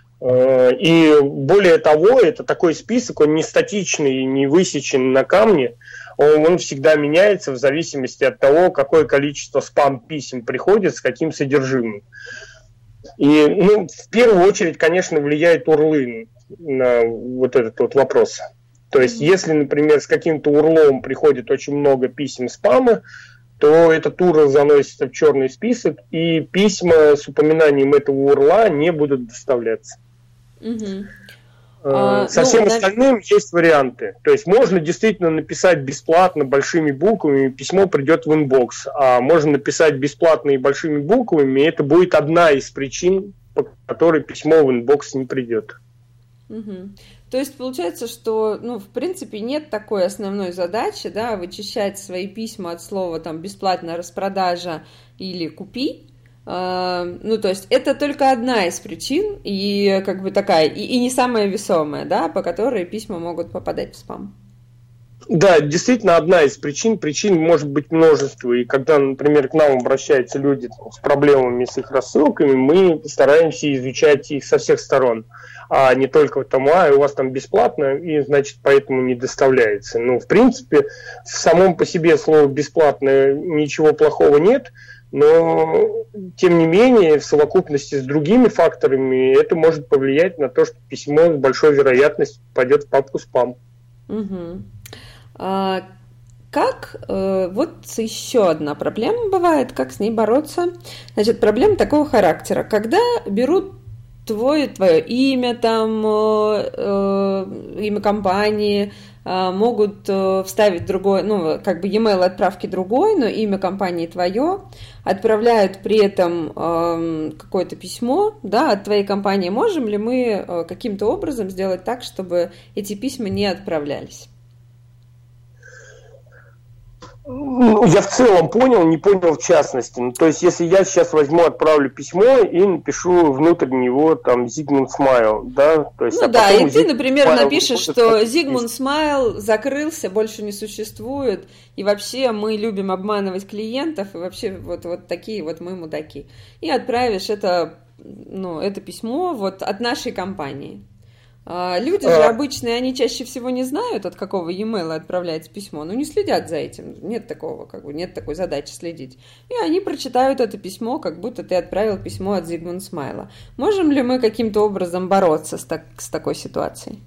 И более того, это такой список, он не статичный, не высечен на камне, он, он всегда меняется в зависимости от того, какое количество спам-писем приходит, с каким содержимым. И, ну, в первую очередь, конечно, влияет урлы на вот этот вот вопрос. То есть, если, например, с каким-то урлом приходит очень много писем спама, то этот урл заносится в черный список, и письма с упоминанием этого урла не будут доставляться. Угу. А, Со ну, всем остальным да... есть варианты. То есть можно действительно написать бесплатно большими буквами, письмо придет в инбокс. А можно написать бесплатно и большими буквами, и это будет одна из причин, по которой письмо в инбокс не придет. Угу. То есть получается, что, ну, в принципе, нет такой основной задачи, да, вычищать свои письма от слова там бесплатная распродажа или купи. Ну, то есть это только одна из причин, и как бы такая, и, и не самая весомая, да, по которой письма могут попадать в спам. Да, действительно одна из причин. Причин может быть множество. И когда, например, к нам обращаются люди с проблемами с их рассылками, мы стараемся изучать их со всех сторон. А не только там, а, у вас там бесплатно, и, значит, поэтому не доставляется. Ну, в принципе, в самом по себе слово «бесплатно» ничего плохого нет, но, тем не менее, в совокупности с другими факторами это может повлиять на то, что письмо с большой вероятностью попадет в папку спам. Угу. А как, э, вот еще одна проблема бывает, как с ней бороться. Значит, проблема такого характера. Когда берут твое, твое имя, там, э, э, имя компании, э, могут э, вставить другой, ну, как бы e-mail отправки другой, но имя компании твое, отправляют при этом э, какое-то письмо, да, от твоей компании. Можем ли мы э, каким-то образом сделать так, чтобы эти письма не отправлялись? Ну, я в целом понял, не понял в частности. Ну, то есть, если я сейчас возьму, отправлю письмо и напишу внутрь него там Zigmund Smile, да? То есть, ну а да, и ты, Zigmund например, Smile напишешь, что Zigmund Smile закрылся, больше не существует, и вообще мы любим обманывать клиентов, и вообще вот, вот такие вот мы мудаки. И отправишь это, ну, это письмо вот от нашей компании. Люди же обычные, они чаще всего не знают, от какого e-mail отправляется письмо, но не следят за этим, нет такого, как бы, нет такой задачи следить. И они прочитают это письмо, как будто ты отправил письмо от Zigmund Smile. Можем ли мы каким-то образом бороться с, так, с такой ситуацией?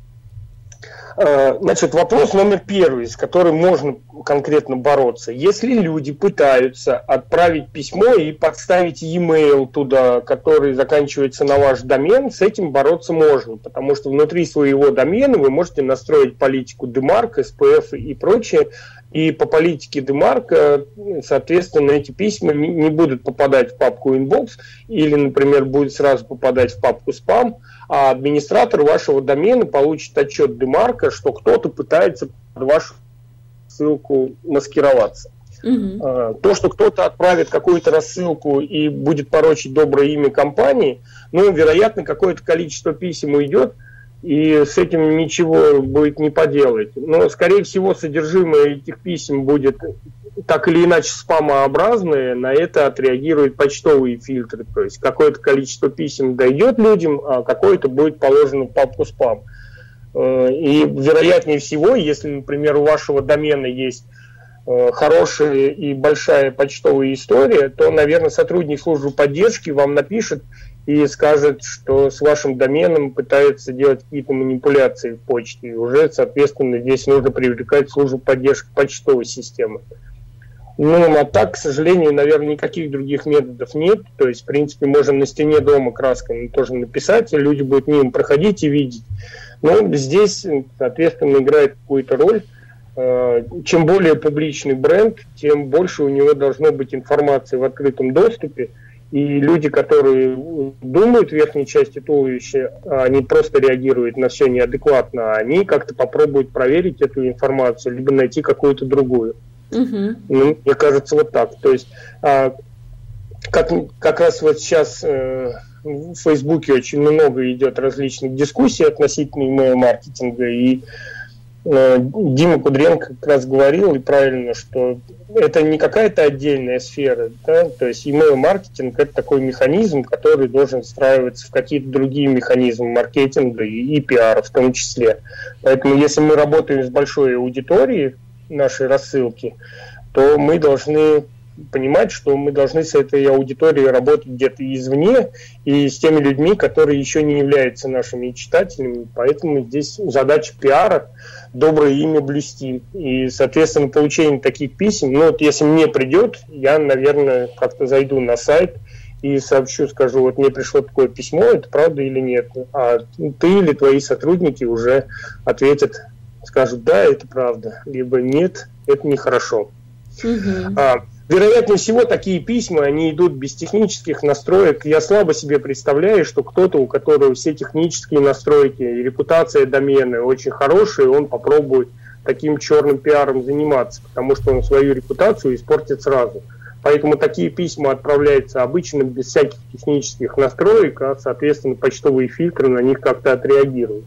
Значит, вопрос номер первый, с которым можно конкретно бороться. Если люди пытаются отправить письмо и подставить e-mail туда, который заканчивается на ваш домен, с этим бороться можно, потому что внутри своего домена вы можете настроить политику демарк, эс пи эф и прочее, и по политике демарка, соответственно, эти письма не будут попадать в папку inbox или, например, будут сразу попадать в папку спам, а администратор вашего домена получит отчет демарка, что кто-то пытается под вашу ссылку маскироваться. Угу. То, что кто-то отправит какую-то рассылку и будет порочить доброе имя компании, ну, вероятно, какое-то количество писем уйдет, и с этим ничего будет не поделать. Но, скорее всего, содержимое этих писем будет так или иначе спамообразные, на это отреагируют почтовые фильтры. То есть какое-то количество писем дойдет людям, а какое-то будет положено в папку спам. И вероятнее всего, если, например, у вашего домена есть хорошая и большая почтовая история, то, наверное, сотрудник службы поддержки вам напишет и скажет, что с вашим доменом пытаются делать какие-то манипуляции в почте. И уже, соответственно, здесь нужно привлекать службу поддержки почтовой системы. Ну, а так, к сожалению, наверное, никаких других методов нет. То есть, в принципе, можем на стене дома краской тоже написать, и люди будут мимо проходить и видеть. Но здесь, соответственно, играет какую-то роль. Чем более публичный бренд, тем больше у него должно быть информации в открытом доступе. И люди, которые думают в верхней части туловища, они просто реагируют на все неадекватно, а они как-то попробуют проверить эту информацию, либо найти какую-то другую. Uh-huh. Ну, мне кажется, вот так. То есть, как, как раз вот сейчас в Фейсбуке очень много идет различных дискуссий относительно email-маркетинга, и Дима Кудренко как раз говорил, и правильно, что это не какая-то отдельная сфера, да? То есть email-маркетинг – это такой механизм, который должен встраиваться в какие-то другие механизмы маркетинга и, и пиара в том числе. Поэтому если мы работаем с большой аудиторией нашей рассылки, то мы должны понимать, что мы должны с этой аудиторией работать где-то извне и с теми людьми, которые еще не являются нашими читателями. Поэтому здесь задача пиара доброе имя блюсти. И, соответственно, получение таких писем, ну вот если мне придет, я, наверное, как-то зайду на сайт и сообщу, скажу, вот мне пришло такое письмо, это правда или нет. А ты или твои сотрудники уже ответят, скажут, да, это правда, либо нет, это нехорошо. Mm-hmm. А, вероятнее всего, такие письма, они идут без технических настроек. Я слабо себе представляю, что кто-то, у которого все технические настройки и репутация домена очень хорошая, он попробует таким черным пиаром заниматься, потому что он свою репутацию испортит сразу. Поэтому такие письма отправляются обычно без всяких технических настроек, а, соответственно, почтовые фильтры на них как-то отреагируют.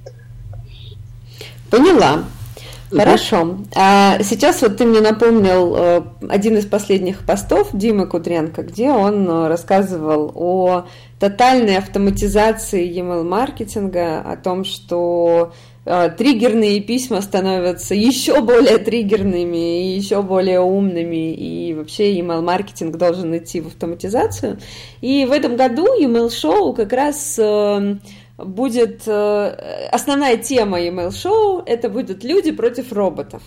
Поняла. Хорошо. А сейчас вот ты мне напомнил э, один из последних постов Димы Кудренко, где он э, рассказывал о тотальной автоматизации e-mail-маркетинга, о том, что э, триггерные письма становятся еще более триггерными и еще более умными, и вообще e-mail-маркетинг должен идти в автоматизацию. И в этом году e-mail Show как раз... Э, будет э, основная тема e-mail шоу, это будут люди против роботов.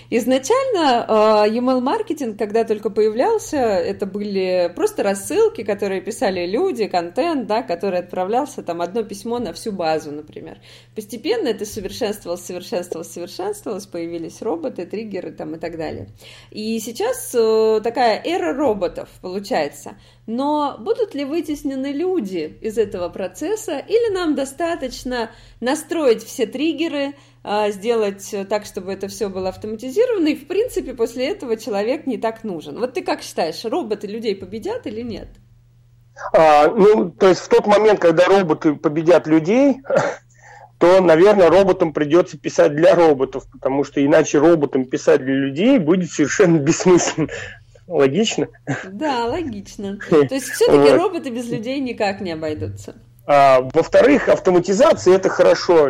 Изначально э, e-mail маркетинг, когда только появлялся, это были просто рассылки, которые писали люди, контент, да, который отправлялся, там, одно письмо на всю базу, например. Постепенно это совершенствовалось, совершенствовалось, совершенствовалось, появились роботы, триггеры там, и так далее. И сейчас э, такая эра роботов получается. Но будут ли вытеснены люди из этого процесса, или нам достаточно настроить все триггеры, сделать так, чтобы это все было автоматизировано, и, в принципе, после этого человек не так нужен? Вот ты как считаешь, роботы людей победят или нет? А, ну, то есть в тот момент, когда роботы победят людей, то, наверное, роботам придется писать для роботов, потому что иначе роботам писать для людей будет совершенно бессмысленно. Логично? Да, логично. То есть все-таки вот. Роботы без людей никак не обойдутся. А, во-вторых, автоматизация – это хорошо.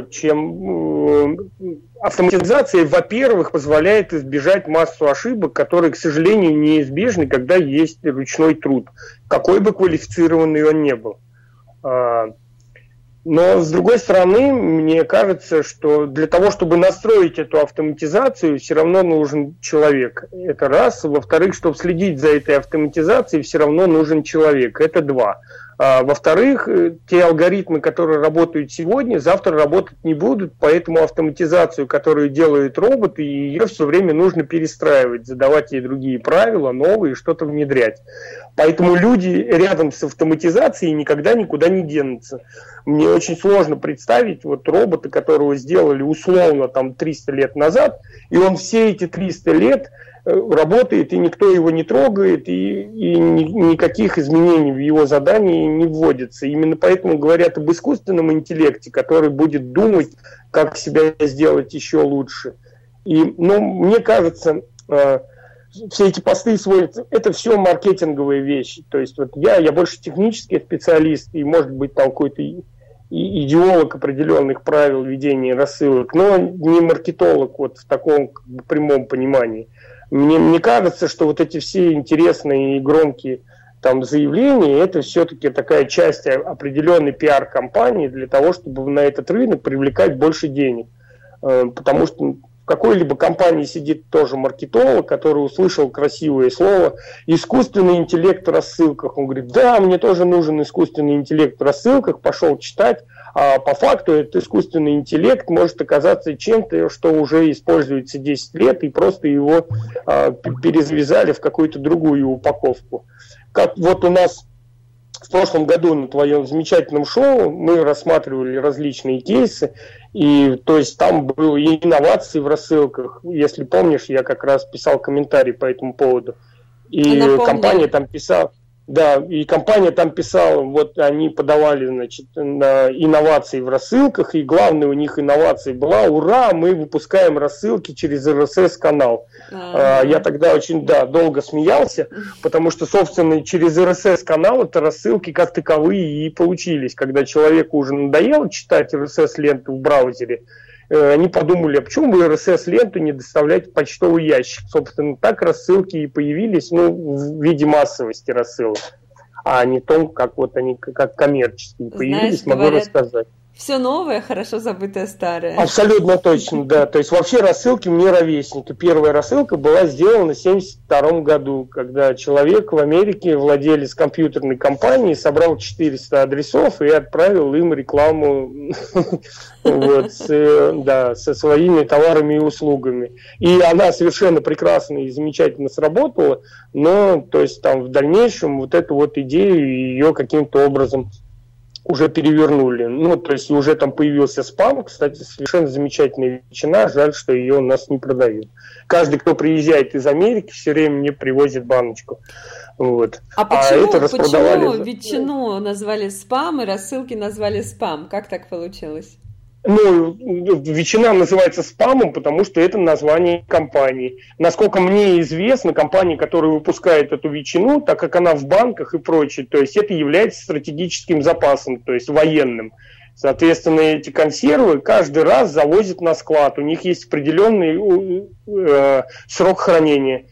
Чем автоматизация, во-первых, позволяет избежать массу ошибок, которые, к сожалению, неизбежны, когда есть ручной труд, какой бы квалифицированный он ни был. А, но, с другой стороны, мне кажется, что для того, чтобы настроить эту автоматизацию, все равно нужен человек. Это раз. Во-вторых, чтобы следить за этой автоматизацией, все равно нужен человек. Это два. А, во-вторых, те алгоритмы, которые работают сегодня, завтра работать не будут, поэтому автоматизацию, которую делают роботы, ее все время нужно перестраивать, задавать ей другие правила, новые, что-то внедрять. Поэтому люди рядом с автоматизацией никогда никуда не денутся. Мне очень сложно представить вот робота, которого сделали условно там триста лет назад, и он все эти триста лет работает, и никто его не трогает, и, и ни, никаких изменений в его задании не вводится. Именно поэтому говорят об искусственном интеллекте, который будет думать, как себя сделать еще лучше. И, ну, мне кажется, все эти посты сводятся, это все маркетинговые вещи. То есть вот я, я больше технический специалист, и, может быть, там какой-то и идеолог определенных правил ведения рассылок, но не маркетолог вот в таком как бы прямом понимании. Мне, мне кажется, что вот эти все интересные и громкие там заявления, это все-таки такая часть определенной пиар-компании для того, чтобы на этот рынок привлекать больше денег. Потому что в какой-либо компании сидит тоже маркетолог, который услышал красивое слово «искусственный интеллект в рассылках». Он говорит, да, мне тоже нужен искусственный интеллект в рассылках, пошел читать, а по факту этот искусственный интеллект может оказаться чем-то, что уже используется десять лет, и просто его а, перезвязали в какую-то другую упаковку. Как вот у нас в прошлом году на твоем замечательном шоу мы рассматривали различные кейсы, и то есть там были инновации в рассылках. Если помнишь, я как раз писал комментарий по этому поводу. И компания там писала, да, и компания там писала, вот они подавали, значит, на инновации в рассылках, и главная у них инновация была: ура, мы выпускаем рассылки через эр эс эс-канал. А-а-а. Я тогда очень, да, долго смеялся, потому что, собственно, через эр эс эс-канал это рассылки как таковые и получились. Когда человеку уже надоело читать эр эс эс-ленту в браузере, они подумали, а почему бы эр эс эс-ленту не доставлять в почтовый ящик? Собственно, так рассылки и появились, ну, в виде массовости рассылок, а не том, как вот они как коммерческие появились. Знаешь, могу говорят, рассказать. Все новое, хорошо забытое старое. Абсолютно точно, да. То есть вообще рассылки мне ровесники. Первая рассылка была сделана в семьдесят втором году, когда человек в Америке, владелец компьютерной компании, собрал четыреста адресов и отправил им рекламу вот, с, да, со своими товарами и услугами. И она совершенно прекрасно и замечательно сработала, но то есть там в дальнейшем вот эту вот идею ее каким-то образом уже перевернули. Ну, то есть уже там появился спам, кстати, совершенно замечательная ветчина, жаль, что ее у нас не продают. Каждый, кто приезжает из Америки, все время мне привозит баночку. Вот. А почему, а это почему ветчину назвали спам и рассылки назвали спам? Как так получилось? Ну, ветчина называется спамом, потому что это название компании. Насколько мне известно, компания, которая выпускает эту ветчину, так как она в банках и прочее, то есть это является стратегическим запасом, то есть военным. Соответственно, эти консервы каждый раз завозят на склад. У них есть определенный э, срок хранения.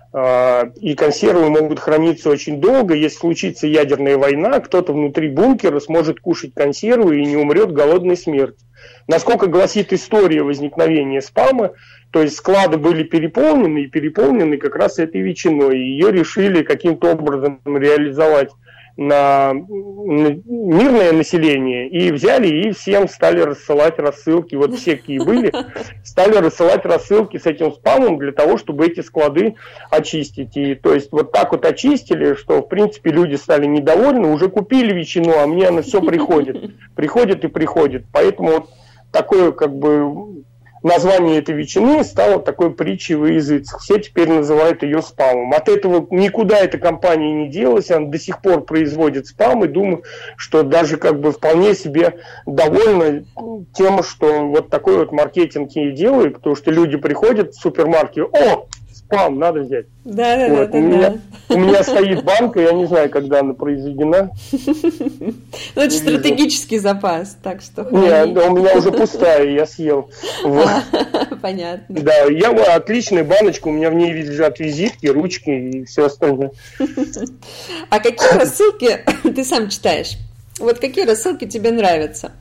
И консервы могут храниться очень долго. Если случится ядерная война, кто-то внутри бункера сможет кушать консервы и не умрет голодной смертью. Насколько гласит история возникновения спама, то есть склады были переполнены, и переполнены как раз этой ветчиной. И ее решили каким-то образом реализовать на мирное население, и взяли и всем стали рассылать рассылки, вот все, какие были, стали рассылать рассылки с этим спамом для того, чтобы эти склады очистить. И то есть вот так вот очистили, что в принципе люди стали недовольны, уже купили ветчину, а мне она все приходит, приходит и приходит. Поэтому вот такое как бы название этой ветчины стало такой притчей во языцах. Все теперь называют ее спамом. От этого никуда эта компания не делась, она до сих пор производит спам, и думаю, что даже как бы вполне себе довольна тем, что вот такой вот маркетинг ей делают, потому что люди приходят в супермаркет, о, спам, надо взять. Да, да, вот. да, у, да, меня, да. у меня стоит банка, я не знаю, когда она произведена. Ну, это стратегический запас, так что... Нет, у меня уже пустая, я съел. Понятно. Да, я отличная баночка, у меня в ней лежат визитки, ручки и все остальное. А какие рассылки ты сам читаешь? Вот какие рассылки тебе нравятся?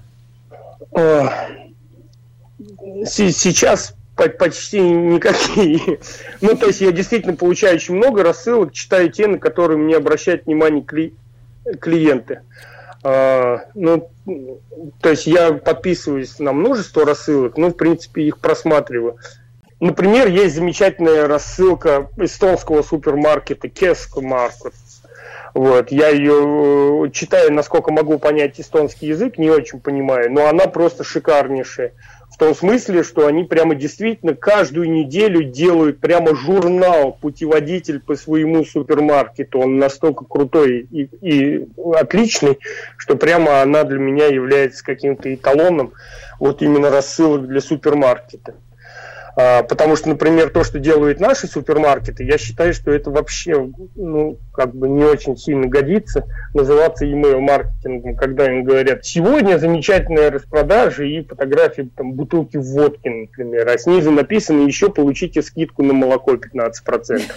Сейчас почти никакие. Ну, то есть я действительно получаю очень много рассылок, читаю те, на которые мне обращают внимание кли... клиенты. А, ну, то есть я подписываюсь на множество рассылок, но, в принципе, их просматриваю. Например, есть замечательная рассылка эстонского супермаркета Kesko-Market. Вот, я ее читаю, насколько могу понять эстонский язык, не очень понимаю, но она просто шикарнейшая. В том смысле, что они прямо действительно каждую неделю делают прямо журнал, путеводитель по своему супермаркету. Он настолько крутой и, и отличный, что прямо она для меня является каким-то эталоном вот именно рассылок для супермаркета. Потому что, например, то, что делают наши супермаркеты, я считаю, что это вообще, ну, как бы не очень сильно годится называться email-маркетингом, когда им говорят: сегодня замечательная распродажа и фотографии там, бутылки водки, например, а снизу написано: еще получите скидку на молоко пятнадцать процентов.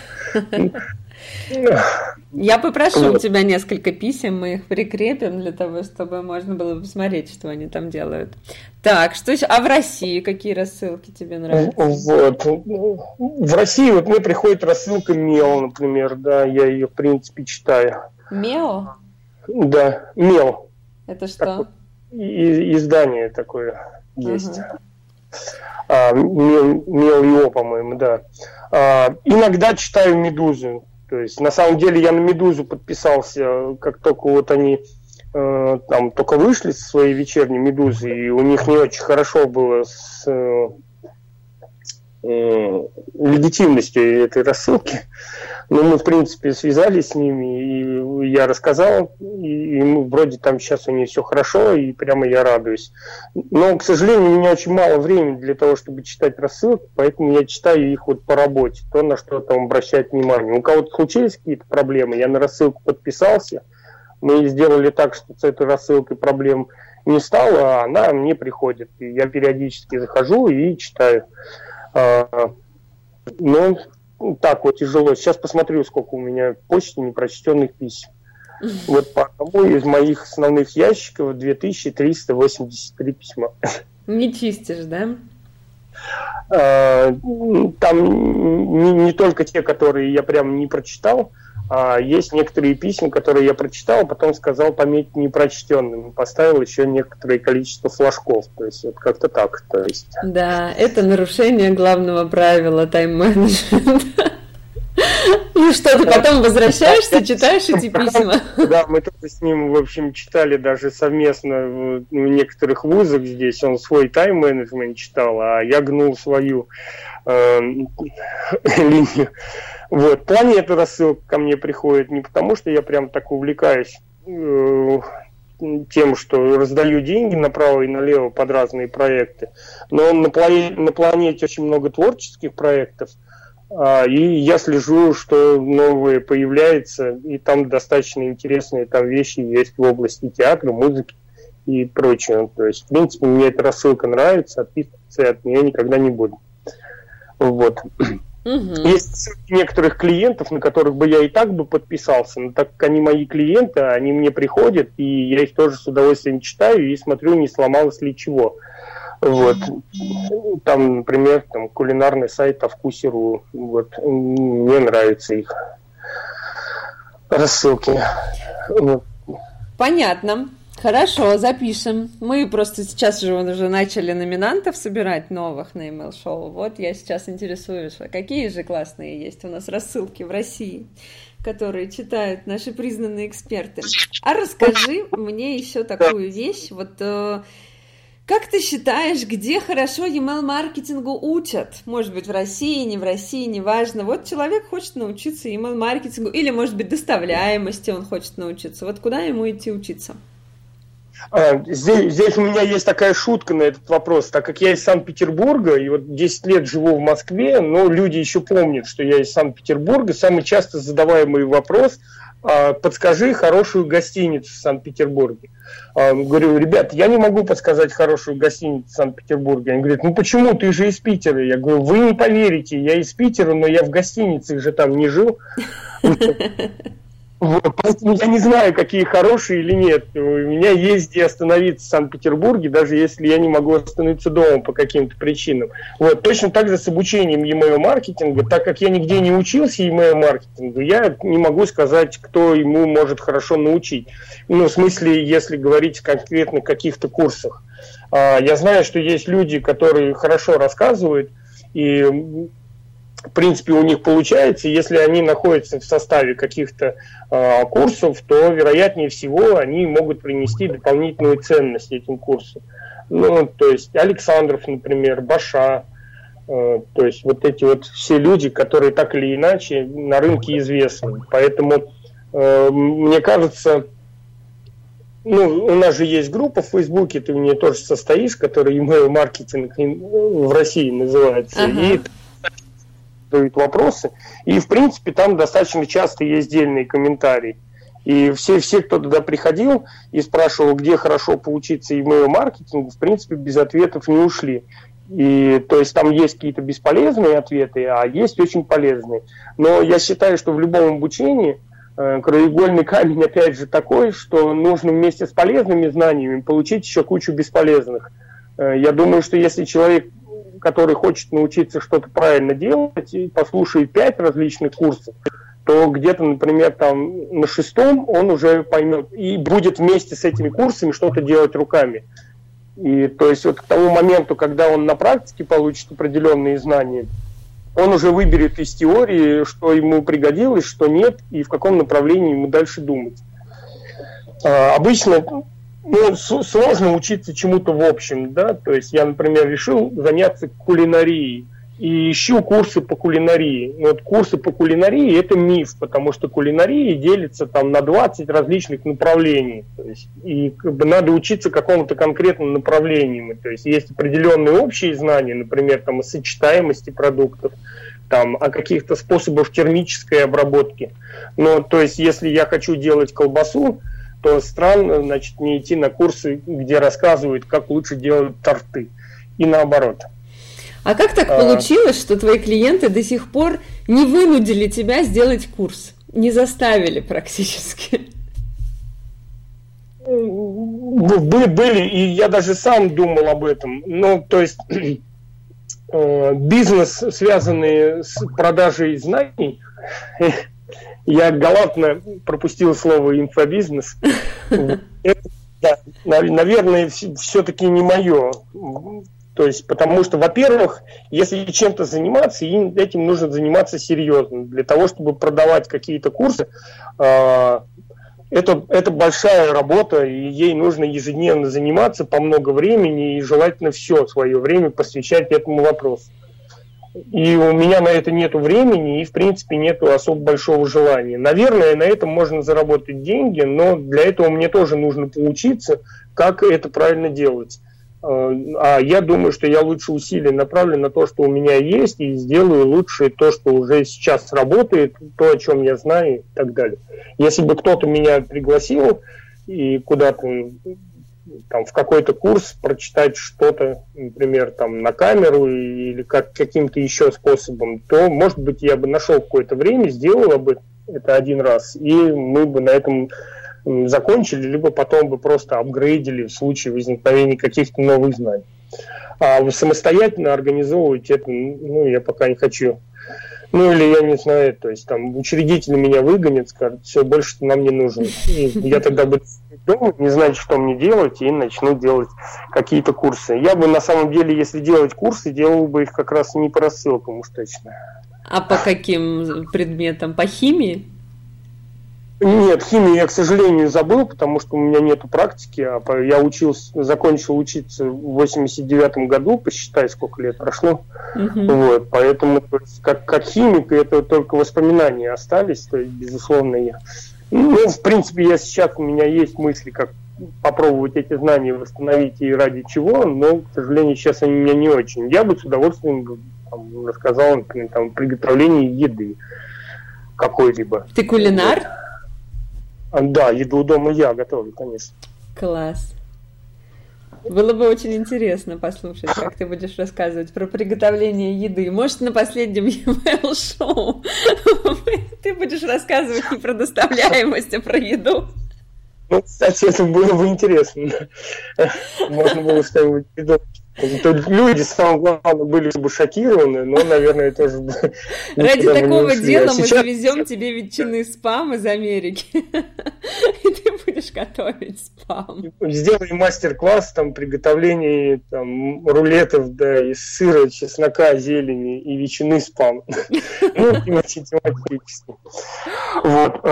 Я попрошу вот. у тебя несколько писем, мы их прикрепим для того, чтобы можно было посмотреть, что они там делают. Так, что еще? А в России какие рассылки тебе нравятся? Вот. В России вот мне приходит рассылка Мео, например, да, я ее, в принципе, читаю. Мео? Да, Мео. Это что? Такое, и, издание такое есть. Ага. А, Мео и О, по-моему, да. А, иногда читаю Медузу. То есть, на самом деле, я на «Медузу» подписался, как только вот они э, там только вышли со своей вечерней «Медузы», и у них не очень хорошо было с э, э, легитимностью этой рассылки. Но мы, в принципе, связались с ними, и я рассказал, и, и ну, вроде там сейчас у них все хорошо, и прямо я радуюсь. Но, к сожалению, у меня очень мало времени для того, чтобы читать рассылки, поэтому я читаю их вот по работе, то, на что там обращать внимание. У кого-то случились какие-то проблемы, я на рассылку подписался, мы сделали так, что с этой рассылкой проблем не стало, а она мне приходит. И я периодически захожу и читаю. Но так вот тяжело. Сейчас посмотрю, сколько у меня почты непрочтенных писем. Вот по одному из моих основных ящиков две тысячи триста восемьдесят три письма. Не чистишь, да? Там не, не только те, которые я прям не прочитал, а есть некоторые письма, которые я прочитал, а потом сказал пометить непрочтенным. Поставил еще некоторое количество флажков. То есть вот как-то так. То есть... Да, это нарушение главного правила тайм-менеджмента. И что, ты потом возвращаешься, читаешь эти письма? Да, мы тоже с ним, в общем, читали даже совместно в некоторых вузах здесь. Он свой тайм-менеджмент читал, а я гнул свою э, линию. Вот. Планета рассылка ко мне приходит не потому, что я прям так увлекаюсь э, тем, что раздаю деньги направо и налево под разные проекты, но на, плане, на планете очень много творческих проектов, э, и я слежу, что новое появляется, и там достаточно интересные там вещи есть в области театра, музыки и прочего. То есть, в принципе, мне эта рассылка нравится, отписываться от нее никогда не буду. Вот. Угу. Есть некоторых клиентов, на которых бы я и так бы подписался, но так как они мои клиенты, они мне приходят, и я их тоже с удовольствием читаю и смотрю, не сломалось ли чего. Вот. Там, например, там, кулинарный сайт о вкусе.ру. Вот. Мне нравятся их рассылки. Вот. Понятно. Хорошо, запишем. Мы просто сейчас же уже начали номинантов собирать новых на Email Show. Вот я сейчас интересуюсь, какие же классные есть у нас рассылки в России, которые читают наши признанные эксперты. А расскажи мне еще такую вещь. Вот э, как ты считаешь, где хорошо email-маркетингу учат? Может быть, в России, не в России, неважно. Вот человек хочет научиться email-маркетингу, или, может быть, доставляемости он хочет научиться. Вот куда ему идти учиться? Здесь, здесь у меня есть такая шутка на этот вопрос, так как я из Санкт-Петербурга, и вот десять лет живу в Москве, но люди еще помнят, что я из Санкт-Петербурга. Самый часто задаваемый вопрос: подскажи хорошую гостиницу в Санкт-Петербурге. Говорю: ребят, я не могу подсказать хорошую гостиницу в Санкт-Петербурге. Они говорят: ну почему, ты же из Питера. Я говорю: вы не поверите, я из Питера, но я в гостиницах же там не жил. Вот, поэтому я не знаю, какие хорошие или нет. У меня есть где остановиться в Санкт-Петербурге, даже если я не могу остановиться дома по каким-то причинам. Вот, точно так же с обучением e-mail-маркетинга. Так как я нигде не учился e-mail-маркетингу, я не могу сказать, кто ему может хорошо научить. Ну, в смысле, если говорить конкретно о каких-то курсах. Я знаю, что есть люди, которые хорошо рассказывают, и в принципе, у них получается. Если они находятся в составе каких-то э, курсов, то, вероятнее всего, они могут принести дополнительную ценность этим курсам. Ну, то есть Александров, например, Баша, э, то есть вот эти вот все люди, которые так или иначе на рынке известны. Поэтому, э, мне кажется, ну, у нас же есть группа в Фейсбуке, ты в ней тоже состоишь, которая email-маркетинг в России называется, ага. И задают вопросы, и, в принципе, там достаточно часто есть дельные комментарии. И все, все, кто туда приходил и спрашивал, где хорошо поучиться email-маркетингу, в принципе, без ответов не ушли. И, то есть там есть какие-то бесполезные ответы, а есть очень полезные. Но я считаю, что в любом обучении э, краеугольный камень, опять же, такой, что нужно вместе с полезными знаниями получить еще кучу бесполезных. Э, я думаю, что если человек, который хочет научиться что-то правильно делать, и послушает пять различных курсов, то где-то, например, там на шестом он уже поймет и будет вместе с этими курсами что-то делать руками. И то есть вот к тому моменту, когда он на практике получит определенные знания, он уже выберет из теории, что ему пригодилось, что нет, и в каком направлении ему дальше думать. А, обычно ну, сложно учиться чему-то в общем, да, то есть я, например, решил заняться кулинарией и ищу курсы по кулинарии. Вот курсы по кулинарии – это миф, потому что кулинария делится там на двадцать различных направлений. То есть, и как бы надо учиться какому-то конкретному направлению. То есть есть определенные общие знания, например, там, о сочетаемости продуктов, там, о каких-то способах термической обработки. Но то есть если я хочу делать колбасу, то странно, значит, не идти на курсы, где рассказывают, как лучше делать торты. И наоборот. А как так получилось, что твои клиенты до сих пор не вынудили тебя сделать курс? Не заставили практически? Были, были, и я даже сам думал об этом. Ну, то есть бизнес, связанный с продажей знаний, я галантно пропустил слово инфобизнес. Это, да, наверное, все-таки не мое. То есть, потому что, во-первых, если чем-то заниматься, этим нужно заниматься серьезно. Для того, чтобы продавать какие-то курсы, это, это большая работа, и ей нужно ежедневно заниматься по много времени, и желательно все свое время посвящать этому вопросу. И у меня на это нету времени, и, в принципе, нету особо большого желания. Наверное, на этом можно заработать деньги, но для этого мне тоже нужно поучиться, как это правильно делать. А я думаю, что я лучше усилия направлю на то, что у меня есть, и сделаю лучше то, что уже сейчас работает, то, о чем я знаю и так далее. Если бы кто-то меня пригласил и куда-то там, в какой-то курс прочитать что-то, например, там, на камеру или как, каким-то еще способом, то, может быть, я бы нашел какое-то время, сделал бы это один раз, и мы бы на этом закончили, либо потом бы просто апгрейдили в случае возникновения каких-то новых знаний. А самостоятельно организовывать это, ну, я пока не хочу. Ну, или я не знаю, то есть там учредители меня выгонят, скажут, все, больше ты нам не нужен. И я тогда буду дома, не знать, что мне делать, и начну делать какие-то курсы. Я бы, на самом деле, если делать курсы, делал бы их как раз не по рассылкам уж точно. А по каким предметам? По химии? Нет, химию я, к сожалению, забыл, потому что у меня нету практики. А я учился, закончил учиться в восемьдесят девятом году, посчитай, сколько лет прошло. Uh-huh. Вот, поэтому то есть, как, как химик, это только воспоминания остались, то есть, безусловно, я. Ну, в принципе, я сейчас, у меня есть мысли, как попробовать эти знания восстановить и ради чего, но, к сожалению, сейчас они у меня не очень. Я бы с удовольствием там, рассказал, например, там, приготовление еды какой-либо. Ты кулинар? Да, еду дома я готовлю, конечно. Класс. Было бы очень интересно послушать, как ты будешь рассказывать про приготовление еды. Может, на последнем e-mail-шоу ты будешь рассказывать не про доставляемость, а про еду. Ну, кстати, это было бы интересно. Можно было что-нибудь придумать. Люди, самое главное, были бы шокированы, но, наверное, тоже бы... Ради такого дела а мы сейчас... завезем тебе ветчины спам из Америки, и ты будешь готовить спам. Сделай мастер-класс там приготовления там, рулетов, да, из сыра, чеснока, зелени и ветчины спам. Ну, тематически. Вот.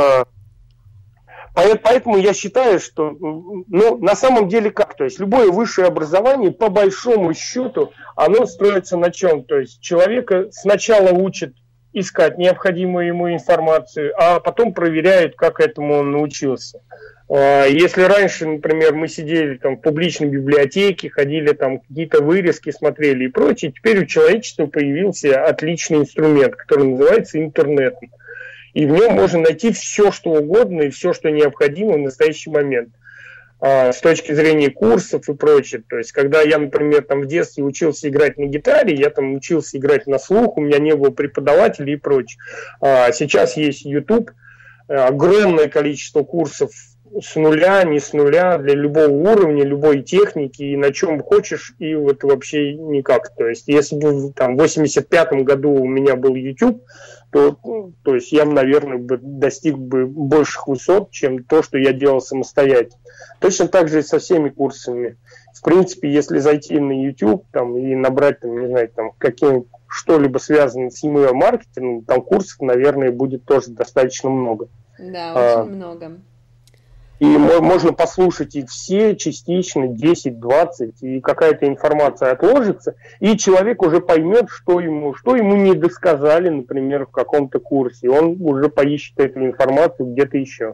Поэтому я считаю, что ну, на самом деле как? То есть любое высшее образование, по большому счету, оно строится на чем? То есть человека сначала учат искать необходимую ему информацию, а потом проверяет, как этому он научился. Если раньше, например, мы сидели там в публичной библиотеке, ходили там какие-то вырезки, смотрели и прочее, теперь у человечества появился отличный инструмент, который называется интернетом. И в нем можно найти все, что угодно и все, что необходимо в настоящий момент. С точки зрения курсов и прочее. То есть, когда я, например, там в детстве учился играть на гитаре, я там учился играть на слух, у меня не было преподавателей и прочее. Сейчас есть YouTube, огромное количество курсов с нуля, не с нуля, для любого уровня, любой техники, и на чем хочешь, и вот вообще никак. То есть, если бы там, в восемьдесят пятом году у меня был YouTube, то, то есть я, наверное, бы достиг бы больших высот, чем то, что я делал самостоятельно. Точно так же и со всеми курсами. В принципе, если зайти на YouTube там, и набрать, там, не знаю, там, каким, что-либо связанное с email-маркетингом, там курсов, наверное, будет тоже достаточно много. Да, очень а, много. И можно послушать их все частично, десять-двадцать, и какая-то информация отложится, и человек уже поймет, что ему, что ему не досказали, например, в каком-то курсе. Он уже поищет эту информацию где-то еще.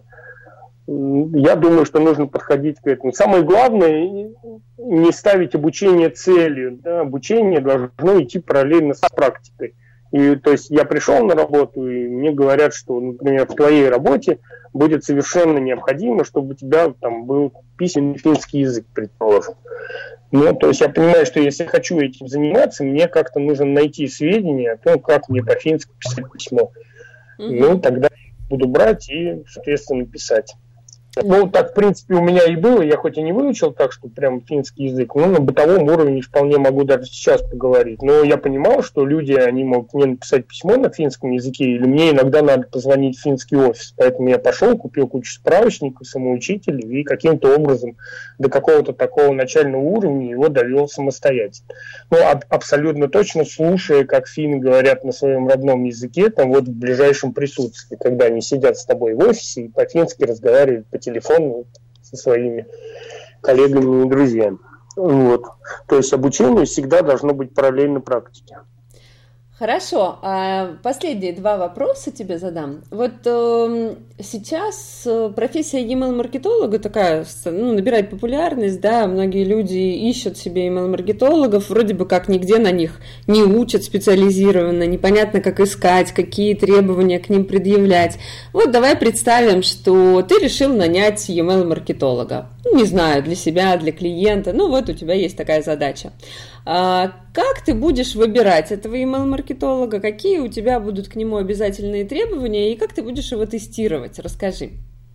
Я думаю, что нужно подходить к этому. Самое главное, не ставить обучение целью. Да, обучение должно идти параллельно с практикой. И, то есть я пришел на работу, и мне говорят, что, например, в твоей работе будет совершенно необходимо, чтобы у тебя там был письменный финский язык, предположим. Ну, то есть я понимаю, что если хочу этим заниматься, мне как-то нужно найти сведения о том, как мне по-фински писать письмо. Mm-hmm. Ну, тогда буду брать и, соответственно, писать. Ну, так, в принципе, у меня и было. Я хоть и не выучил так, что прям финский язык, но на бытовом уровне вполне могу даже сейчас поговорить. Но я понимал, что люди, они могут мне написать письмо на финском языке, или мне иногда надо позвонить в финский офис. Поэтому я пошел, купил кучу справочников, самоучителей, и каким-то образом до какого-то такого начального уровня его довел самостоятельно. Ну, а, абсолютно точно слушая, как финны говорят на своем родном языке, там вот в ближайшем присутствии, когда они сидят с тобой в офисе и по-фински разговаривают по телефону со своими коллегами и друзьями. Вот. То есть обучение всегда должно быть параллельно практике. Хорошо. А последние два вопроса тебе задам. Вот э, сейчас профессия email-маркетолога такая, ну, набирает популярность, да, многие люди ищут себе email-маркетологов, вроде бы как нигде на них не учат специализированно, непонятно, как искать, какие требования к ним предъявлять. Вот давай представим, что ты решил нанять email-маркетолога. Ну, не знаю, для себя, для клиента, ну вот у тебя есть такая задача. А как ты будешь выбирать этого email-маркетолога, какие у тебя будут к нему обязательные требования и как ты будешь его тестировать? Расскажи.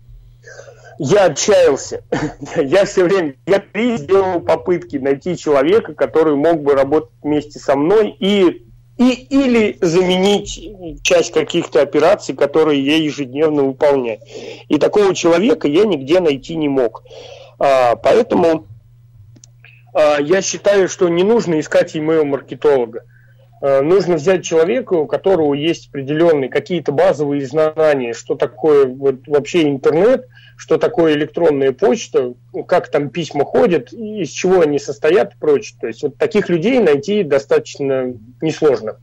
Я отчаялся. Я все время, я три сделал попытки найти человека, который мог бы работать вместе со мной и, и или заменить часть каких-то операций, которые я ежедневно выполняю. И такого человека я нигде найти не мог. А, поэтому я считаю, что не нужно искать email-маркетолога. Нужно взять человека, у которого есть определенные какие-то базовые знания, что такое вот вообще интернет, что такое электронная почта, как там письма ходят, из чего они состоят и прочее. То есть вот таких людей найти достаточно несложно.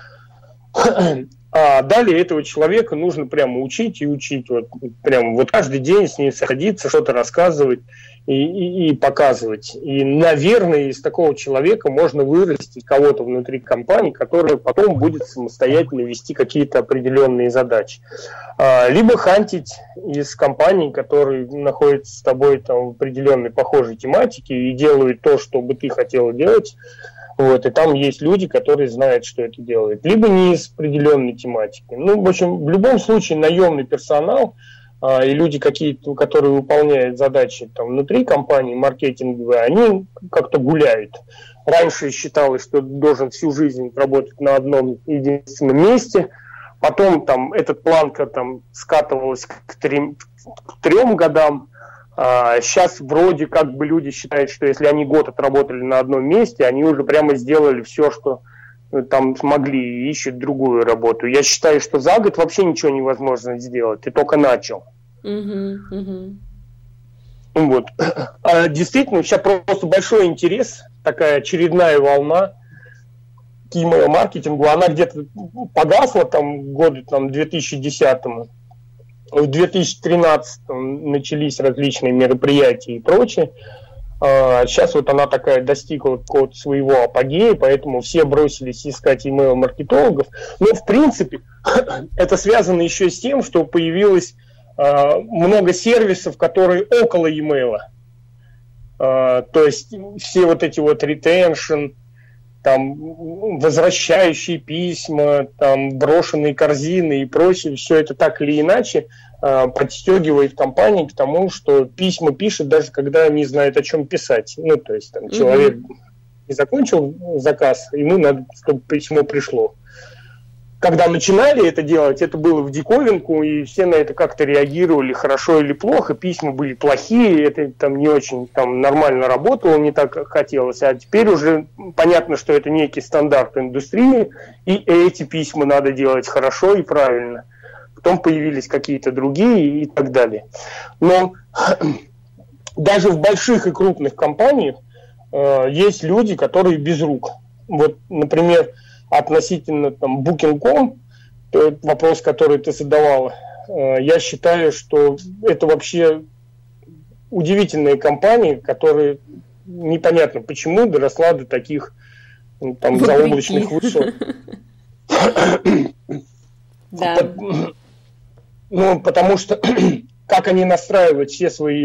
А далее этого человека нужно прямо учить и учить. Вот, прямо вот каждый день с ним садиться, что-то рассказывать и, и, и показывать. И, наверное, из такого человека можно вырастить кого-то внутри компании, который потом будет самостоятельно вести какие-то определенные задачи. А, либо хантить из компаний, которые находятся с тобой там, в определенной похожей тематике и делают то, что бы ты хотел делать. Вот, и там есть люди, которые знают, что это делают. Либо не из определенной тематики. Ну, в общем, в любом случае наемный персонал а, и люди какие-то, которые выполняют задачи там, внутри компании маркетинговые, они как-то гуляют. Раньше считалось, что должен всю жизнь работать на одном единственном месте. Потом там эта планка там, скатывалась к трем, к трем годам. Сейчас вроде как бы люди считают, что если они год отработали на одном месте, они уже прямо сделали все, что там смогли, и ищут другую работу. Я считаю, что за год вообще ничего невозможно сделать, ты только начал. Uh-huh, uh-huh. Вот. А действительно, сейчас просто большой интерес, такая очередная волна. к email-маркетингу, она где-то погасла там году там, две тысячи десятом. В две тысячи тринадцатом начались различные мероприятия и прочее. Сейчас вот она такая достигла какого-то своего апогея, поэтому все бросились искать email-маркетологов. Но в принципе это связано еще с тем, что появилось много сервисов, которые около e-mail. То есть все вот эти вот retention, там возвращающие письма, там брошенные корзины и прочее, все это так или иначе подстегивает компании к тому, что письма пишет, даже когда не знает, о чем писать. Ну, то есть там, mm-hmm. человек не закончил заказ, ему надо, чтобы письмо пришло. Когда начинали это делать, это было в диковинку, и все на это как-то реагировали, хорошо или плохо, письма были плохие, это там не очень там, нормально работало, не так, как хотелось, а теперь уже понятно, что это некий стандарт индустрии, и эти письма надо делать хорошо и правильно. Потом появились какие-то другие и так далее. Но даже в больших и крупных компаниях э, есть люди, которые без рук. Вот, например, относительно там букинг точка ком, тот вопрос, который ты задавала, э, я считаю, что это вообще удивительная компания, которая непонятно почему доросла до таких ну, там заоблачных высот. Да. Ну, потому что как они настраивают все свои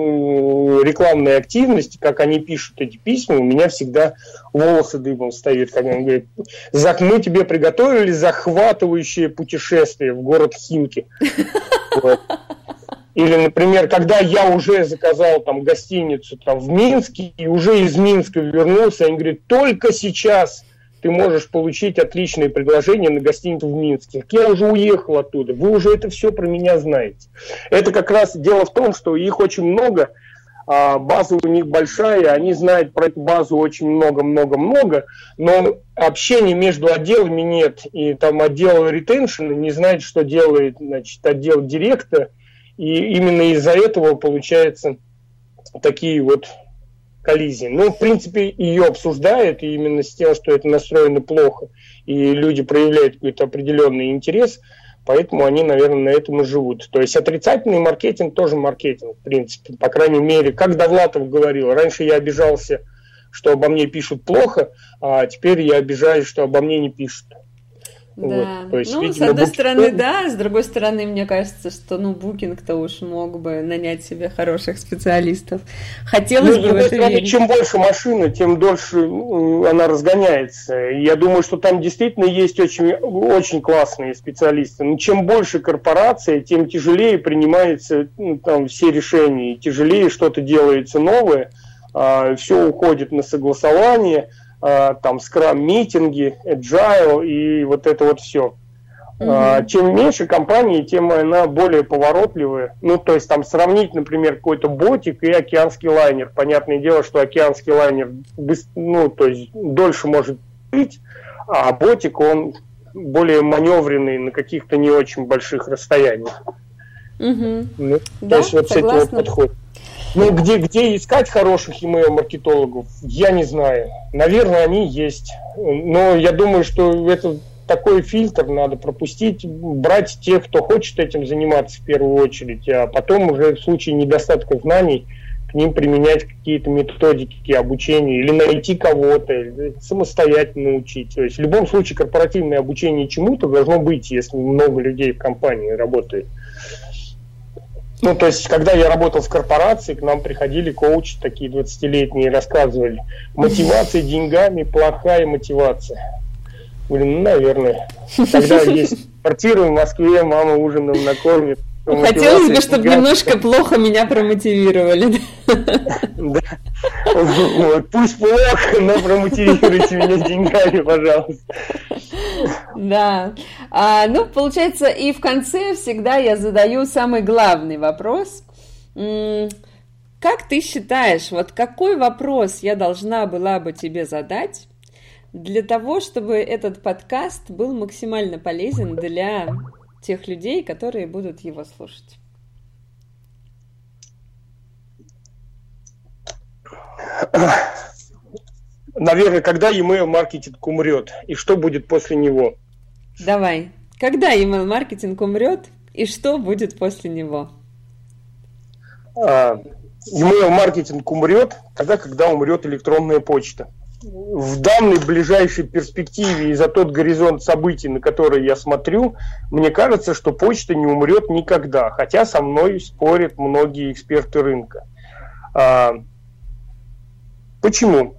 рекламные активности, как они пишут эти письма, у меня всегда волосы дыбом встают, когда он говорит, мы тебе приготовили захватывающее путешествие в город Химки. Вот. Или, например, когда я уже заказал там гостиницу там, в Минске и уже из Минска вернулся, они говорят, только сейчас ты можешь получить отличное предложение на гостиницу в Минске. Я уже уехал оттуда, вы уже это все про меня знаете. Это как раз дело в том, что их очень много, база у них большая, они знают про эту базу очень много-много-много, но общения между отделами нет, и там отдел ретеншена не знает, что делает, значит, отдел директа, и именно из-за этого получается такие вот коллизии. Ну, в принципе, ее обсуждают, и именно с тем, что это настроено плохо, и люди проявляют какой-то определенный интерес, поэтому они, наверное, на этом и живут. То есть отрицательный маркетинг тоже маркетинг, в принципе. По крайней мере, как Довлатов говорил, раньше я обижался, что обо мне пишут плохо, а теперь я обижаюсь, что обо мне не пишут. Да, вот, то есть, ну, видимо, с одной букинг... стороны, да, с другой стороны, мне кажется, что, ну, букинг-то уж мог бы нанять себе хороших специалистов. Хотелось ну, бы в это стороны, верить. Чем больше машина, тем дольше она разгоняется. Я думаю, что там действительно есть очень, очень классные специалисты. Но чем больше корпорация, тем тяжелее принимаются ну, там, все решения, тяжелее что-то делается новое, все уходит на согласование, там скрам-митинги, agile и вот это вот все. Mm-hmm. Чем меньше компании, тем она более поворотливая. Ну, то есть там сравнить, например, какой-то ботик и океанский лайнер. Понятное дело, что океанский лайнер ну, то есть дольше может быть, а ботик, он более маневренный на каких-то не очень больших расстояниях. Mm-hmm. Ну, да, то есть вот с этого подхода. Ну, где, где искать хороших email-маркетологов, я не знаю. Наверное, они есть. Но я думаю, что это такой фильтр надо пропустить, брать тех, кто хочет этим заниматься в первую очередь, а потом уже в случае недостатка знаний к ним применять какие-то методики обучения или найти кого-то, или самостоятельно учить. То есть в любом случае корпоративное обучение чему-то должно быть, если много людей в компании работает. Ну, то есть, когда я работал в корпорации, к нам приходили коучи такие двадцатилетние, рассказывали, мотивация деньгами, плохая мотивация. Говорю, ну, наверное. Когда есть квартира в Москве, мама ужином накормит. Хотелось бы, чтобы немножко плохо меня промотивировали. Да. Пусть плохо, но промотивируйте меня деньгами, пожалуйста. Да. А, ну, получается, и в конце всегда я задаю самый главный вопрос. Как ты считаешь, вот какой вопрос я должна была бы тебе задать для того, чтобы этот подкаст был максимально полезен для тех людей, которые будут его слушать? наверное, когда email-маркетинг умрет и что будет после него? Давай. Когда email-маркетинг умрет и что будет после него? Email-маркетинг умрет тогда, когда умрет электронная почта. В данной ближайшей перспективе и за тот горизонт событий, на который я смотрю, мне кажется, что почта не умрет никогда, хотя со мной спорят многие эксперты рынка. А, почему?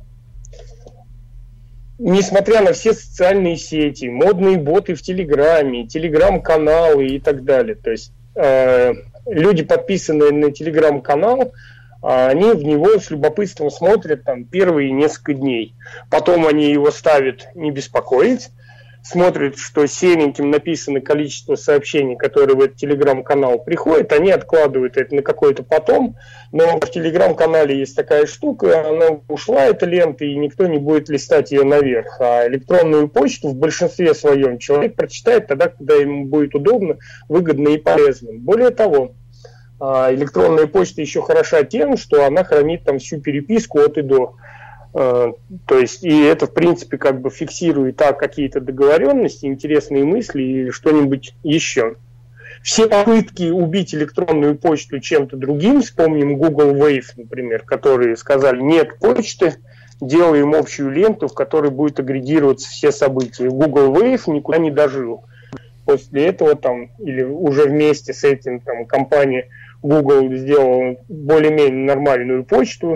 Несмотря на все социальные сети, модные боты в Телеграме, Телеграм-каналы и так далее, то есть э, люди, подписанные на Телеграм-канал, они в него с любопытством смотрят там первые несколько дней. Потом они его ставят «не беспокоить», смотрят, что сереньким написано количество сообщений, которые в этот телеграм-канал приходят, они откладывают это на какой-то потом, но в телеграм-канале есть такая штука, она ушла, эта лента, и никто не будет листать ее наверх. А электронную почту в большинстве своем человек прочитает тогда, когда ему будет удобно, выгодно и полезно. Более того, электронная почта еще хороша тем, что она хранит там всю переписку от и до. То есть, и это, в принципе, как бы фиксирует так какие-то договоренности, интересные мысли или что-нибудь еще. Все попытки убить электронную почту чем-то другим, вспомним Google Wave, например, которые сказали, нет почты, делаем общую ленту, в которой будет агрегироваться все события. Google Wave никуда не дожил. После этого там, или уже вместе с этим там, компания Google сделала более-менее нормальную почту.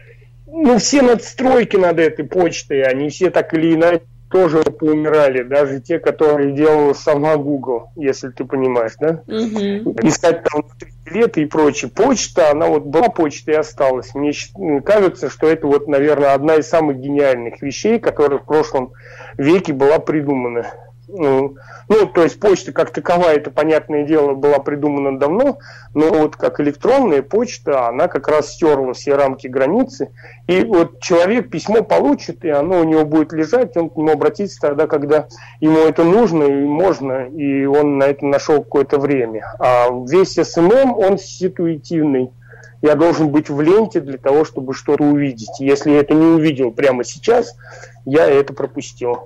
Ну, все надстройки над этой почтой, они все так или иначе тоже поумирали, даже те, которые делала сама Google, если ты понимаешь, да? Mm-hmm. Искать там внутри билеты и прочее. Почта, она вот была почтой и осталась. Мне кажется, что это вот, наверное, одна из самых гениальных вещей, которая в прошлом веке была придумана. Ну, ну, то есть почта как таковая, это, понятное дело, была придумана давно, но вот как электронная почта, она как раз стерла все рамки границы, и вот человек письмо получит, и оно у него будет лежать, он к нему обратится тогда, когда ему это нужно и можно, и он на это нашел какое-то время. А весь эс эм эм, он ситуативный. Я должен быть в ленте для того, чтобы что-то увидеть. Если я это не увидел прямо сейчас, я это пропустил.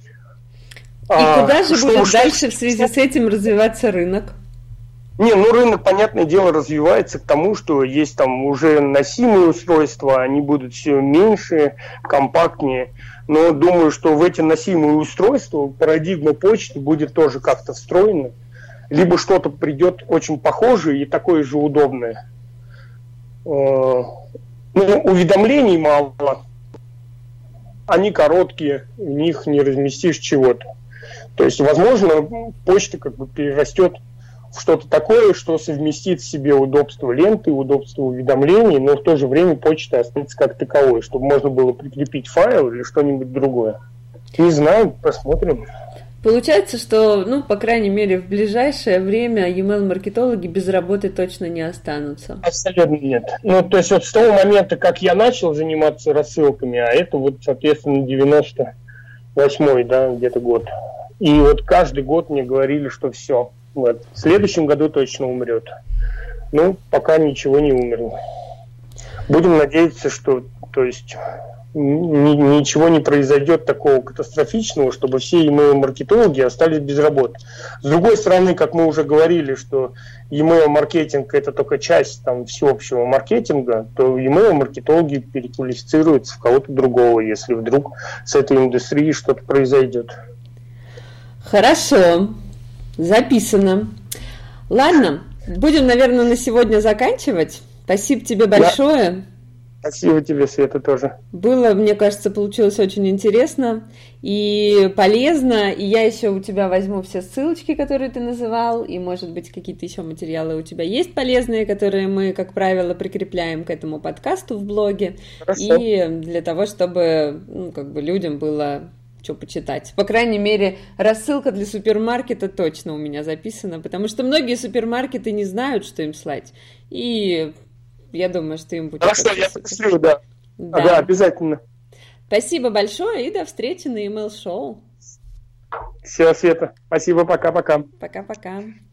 И а, куда же будет что, дальше что, в связи что? с этим развиваться рынок? Не, ну рынок, понятное дело, развивается к тому, что есть там уже носимые устройства, они будут все меньше, компактнее. Но думаю, что в эти носимые устройства парадигма почты будет тоже как-то встроена. Либо что-то придет очень похожее и такое же удобное. Ну, уведомлений мало. Они короткие, в них не разместишь чего-то. То есть, возможно, почта как бы перерастет в что-то такое, что совместит в себе удобство ленты, удобство уведомлений, но в то же время почта останется как таковой, чтобы можно было прикрепить файл или что-нибудь другое. Не знаю, посмотрим. Получается, что, ну, по крайней мере, в ближайшее время e-mail-маркетологи без работы точно не останутся. Абсолютно нет. Ну, то есть вот с того момента, как я начал заниматься рассылками, а это вот, соответственно, девяносто восьмой, да, где-то год. И вот каждый год мне говорили, что все, вот, в следующем году точно умрет. Ну, пока ничего не умерло. Будем надеяться, что, то есть, ни, ничего не произойдет такого катастрофичного, чтобы все email-маркетологи остались без работы. С другой стороны, как мы уже говорили, что email-маркетинг это только часть там, всеобщего маркетинга, то email-маркетологи переквалифицируются в кого-то другого, если вдруг с этой индустрией что-то произойдет. Хорошо, записано. Ладно, будем, наверное, на сегодня заканчивать. Спасибо тебе большое. Да. Спасибо тебе, Света, тоже. Было, мне кажется, получилось очень интересно и полезно. И я еще у тебя возьму все ссылочки, которые ты называл, и, может быть, какие-то еще материалы у тебя есть полезные, которые мы, как правило, прикрепляем к этому подкасту в блоге. Хорошо. И для того, чтобы, ну, как бы людям было что почитать. По крайней мере, рассылка для супермаркета точно у меня записана, потому что многие супермаркеты не знают, что им слать. И я думаю, что им будет... Хорошо, я пришлю, да. Да. Да, обязательно. Спасибо большое и до встречи на email-шоу. Все, Света. Спасибо, пока-пока. Пока-пока.